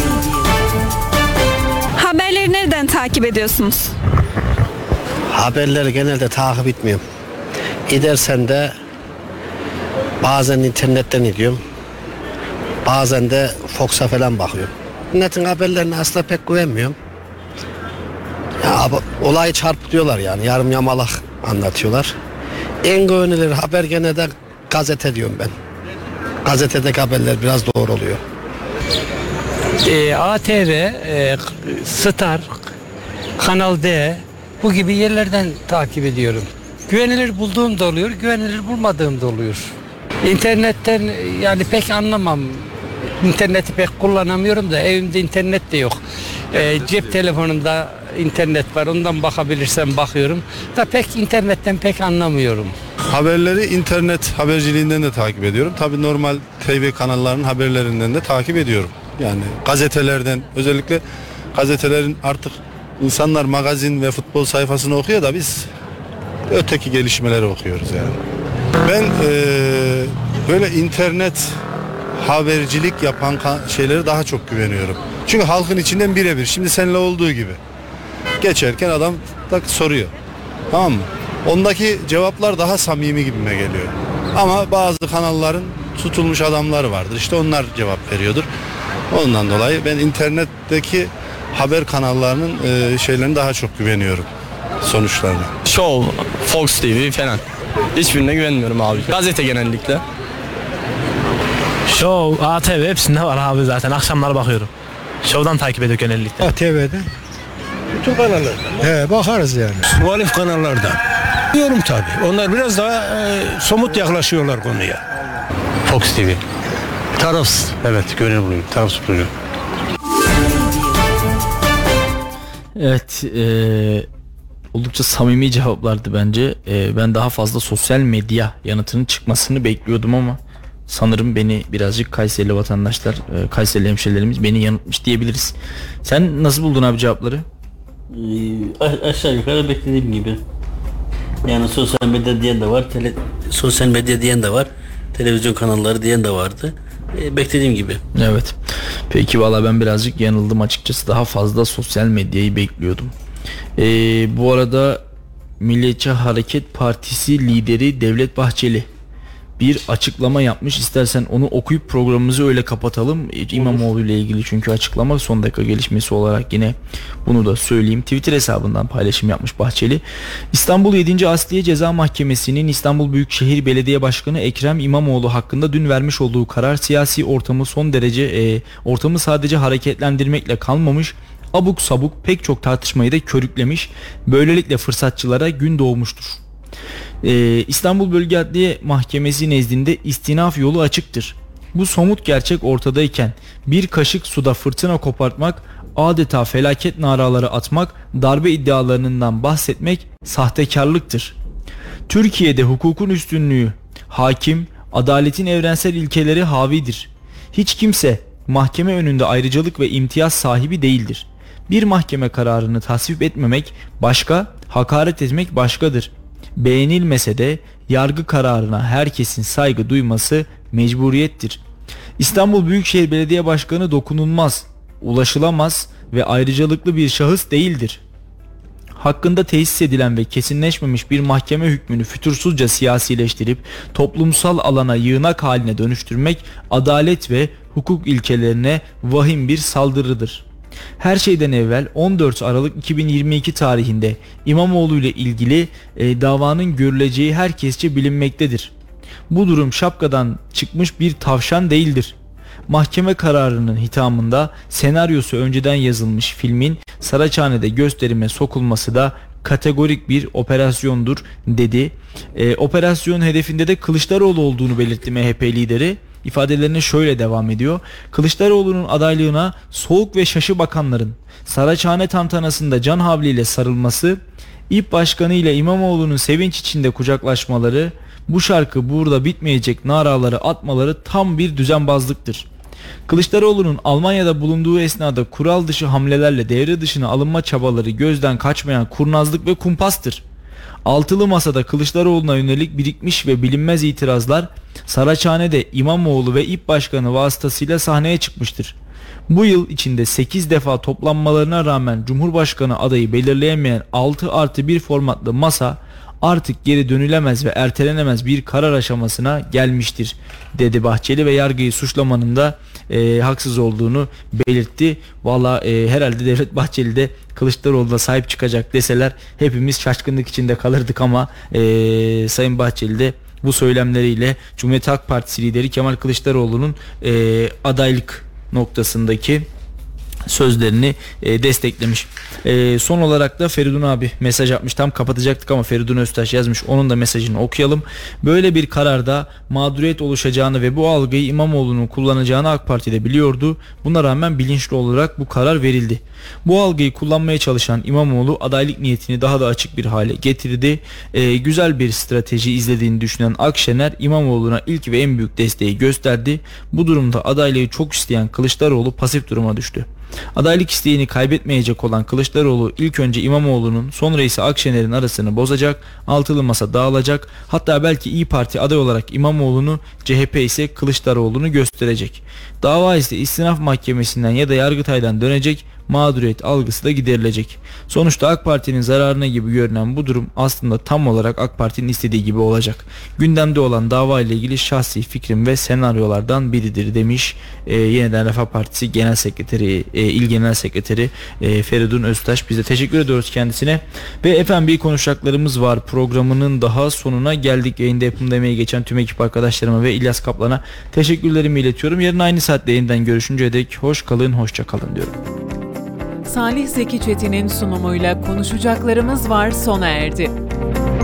Speaker 9: Haberleri nereden takip ediyorsunuz?
Speaker 10: Haberleri genelde takip etmiyorum. Gidersen de bazen internetten ediyorum. Bazen de Fox'a falan bakıyorum. İnternetin haberlerine aslında pek güvenmiyorum. Ya, olayı çarpıtıyorlar yani, yarım yamalak anlatıyorlar. En güvenilir haber gene de gazete diyorum ben. Gazetedeki haberler biraz doğru oluyor.
Speaker 7: E, A T V, e, Star, Kanal D bu gibi yerlerden takip ediyorum. Güvenilir bulduğum da oluyor, güvenilir bulmadığım da oluyor. İnternetten yani pek anlamam. İnterneti pek kullanamıyorum da evimde internet de yok. E, cep telefonunda internet var, ondan bakabilirsem bakıyorum. Da pek internetten pek anlamıyorum.
Speaker 6: Haberleri internet haberciliğinden de takip ediyorum. Tabii normal T V kanallarının haberlerinden de takip ediyorum. Yani gazetelerden, özellikle gazetelerin artık insanlar magazin ve futbol sayfasını okuyor da biz öteki gelişmeleri okuyoruz yani. Ben ee, böyle internet habercilik yapan şeyleri daha çok güveniyorum. Çünkü halkın içinden birebir. Şimdi seninle olduğu gibi. Geçerken adam da soruyor. Tamam mı? Ondaki cevaplar daha samimi gibime geliyor. Ama bazı kanalların tutulmuş adamları vardır. İşte onlar cevap veriyordur. Ondan dolayı ben internetteki haber kanallarının e, şeylerine daha çok güveniyorum. Sonuçlarına.
Speaker 11: Show, Fox T V falan. Hiçbirine güvenmiyorum abi. Gazete genellikle.
Speaker 12: Show, A T V hepsinde var abi zaten. Akşamlar bakıyorum. Show'dan takip ediyor genellikle.
Speaker 8: A T V'de.
Speaker 6: Bütün kanallarda.
Speaker 8: He, bakarız yani. Muhalif kanallarda. Diyorum tabii. Onlar biraz daha e, somut yaklaşıyorlar konuya.
Speaker 11: Fox T V. Tarafsız. Evet, güvenilir buluyorum. Tarafsız buluyorum.
Speaker 2: Evet, e, oldukça samimi cevaplardı bence. E, ben daha fazla sosyal medya yanıtının çıkmasını bekliyordum ama sanırım beni birazcık Kayserili vatandaşlar, e, Kayserili hemşerilerimiz beni yanıltmış diyebiliriz. Sen nasıl buldun abi cevapları?
Speaker 3: Ee, aşağı yukarı beklediğim gibi. Yani sosyal medya diyen de var, tele, sosyal medya diyen de var, televizyon kanalları diyen de vardı. Ee, beklediğim gibi.
Speaker 2: Evet. Peki valla ben birazcık yanıldım açıkçası. Daha fazla sosyal medyayı bekliyordum. Ee, bu arada Milliyetçi Hareket Partisi lideri Devlet Bahçeli bir açıklama yapmış. İstersen onu okuyup programımızı öyle kapatalım. İmamoğlu ile ilgili çünkü açıklama son dakika gelişmesi olarak yine bunu da söyleyeyim. Twitter hesabından paylaşım yapmış Bahçeli. İstanbul yedinci Asliye Ceza Mahkemesi'nin İstanbul Büyükşehir Belediye Başkanı Ekrem İmamoğlu hakkında dün vermiş olduğu karar siyasi ortamı son derece e, ortamı sadece hareketlendirmekle kalmamış, abuk sabuk pek çok tartışmayı da körüklemiş. Böylelikle fırsatçılara gün doğmuştur. Ee, İstanbul Bölge Adliye Mahkemesi nezdinde istinaf yolu açıktır. Bu somut gerçek ortadayken bir kaşık suda fırtına kopartmak, adeta felaket naraları atmak, darbe iddialarından bahsetmek sahtekarlıktır. Türkiye'de hukukun üstünlüğü, hakim, adaletin evrensel ilkeleri havidir. Hiç kimse mahkeme önünde ayrıcalık ve imtiyaz sahibi değildir. Bir mahkeme kararını tasvip etmemek başka, hakaret etmek başkadır. Beğenilmese de yargı kararına herkesin saygı duyması mecburiyettir. İstanbul Büyükşehir Belediye Başkanı dokunulmaz, ulaşılamaz ve ayrıcalıklı bir şahıs değildir. Hakkında tesis edilen ve kesinleşmemiş bir mahkeme hükmünü fütursuzca siyasileştirip toplumsal alana yığınak haline dönüştürmek adalet ve hukuk ilkelerine vahim bir saldırıdır. Her şeyden evvel on dört Aralık iki bin yirmi iki tarihinde İmamoğlu ile ilgili e, davanın görüleceği herkesçe bilinmektedir. Bu durum şapkadan çıkmış bir tavşan değildir. Mahkeme kararının hitamında senaryosu önceden yazılmış filmin Saraçhane'de gösterime sokulması da kategorik bir operasyondur dedi. E, operasyon hedefinde de Kılıçdaroğlu olduğunu belirtti M H P lideri. İfadelerine şöyle devam ediyor. Kılıçdaroğlu'nun adaylığına soğuk ve şaşı bakanların Saraçhane tantanasında can havliyle sarılması, İP Başkanı ile İmamoğlu'nun sevinç içinde kucaklaşmaları, bu şarkı burada bitmeyecek naraları atmaları tam bir düzenbazlıktır. Kılıçdaroğlu'nun Almanya'da bulunduğu esnada kural dışı hamlelerle devre dışına alınma çabaları gözden kaçmayan kurnazlık ve kumpastır. Altılı Masa'da Kılıçdaroğlu'na yönelik birikmiş ve bilinmez itirazlar Saraçhane'de İmamoğlu ve İP Başkanı vasıtasıyla sahneye çıkmıştır. Bu yıl içinde sekiz defa toplanmalarına rağmen Cumhurbaşkanı adayı belirleyemeyen altı artı bir formatlı masa artık geri dönülemez ve ertelenemez bir karar aşamasına gelmiştir dedi Bahçeli ve yargıyı suçlamanın da e, haksız olduğunu belirtti. Valla e, herhalde Devlet Bahçeli de Kılıçdaroğlu'na sahip çıkacak deseler hepimiz şaşkınlık içinde kalırdık ama e, Sayın Bahçeli de bu söylemleriyle Cumhuriyet Halk Partisi lideri Kemal Kılıçdaroğlu'nun e, adaylık noktasındaki sözlerini e, desteklemiş. E, son olarak da Feridun abi mesaj atmış. Tam kapatacaktık ama Feridun Öztaş yazmış. Onun da mesajını okuyalım. Böyle bir kararda mağduriyet oluşacağını ve bu algıyı İmamoğlu'nun kullanacağını AK Parti de biliyordu. Buna rağmen bilinçli olarak bu karar verildi. Bu algıyı kullanmaya çalışan İmamoğlu adaylık niyetini daha da açık bir hale getirdi. E, güzel bir strateji izlediğini düşünen Akşener İmamoğlu'na ilk ve en büyük desteği gösterdi. Bu durumda adaylığı çok isteyen Kılıçdaroğlu pasif duruma düştü. Adaylık isteğini kaybetmeyecek olan Kılıçdaroğlu ilk önce İmamoğlu'nun sonra ise Akşener'in arasını bozacak, altılı masa dağılacak, hatta belki İYİ Parti aday olarak İmamoğlu'nu, C H P ise Kılıçdaroğlu'nu gösterecek. Dava ise istinaf mahkemesinden ya da Yargıtay'dan dönecek, mağduriyet algısı da giderilecek. Sonuçta AK Parti'nin zararına gibi görünen bu durum aslında tam olarak AK Parti'nin istediği gibi olacak. Gündemde olan dava ile ilgili şahsi fikrim ve senaryolardan biridir demiş e, Yeniden Refah Partisi Genel Sekreteri, e, İl Genel Sekreteri e, Feridun Öztaş. Biz de teşekkür ediyoruz kendisine. Ve efendim bir konuşacaklarımız var. Programının daha sonuna geldik. Yayında yapımda emeği geçen tüm ekip arkadaşlarıma ve İlyas Kaplan'a teşekkürlerimi iletiyorum. Yarın aynı saatte yeniden görüşünceye dek hoş kalın, hoşça kalın diyorum.
Speaker 1: Salih Zeki Çetin'in sunumuyla konuşacaklarımız var sona erdi.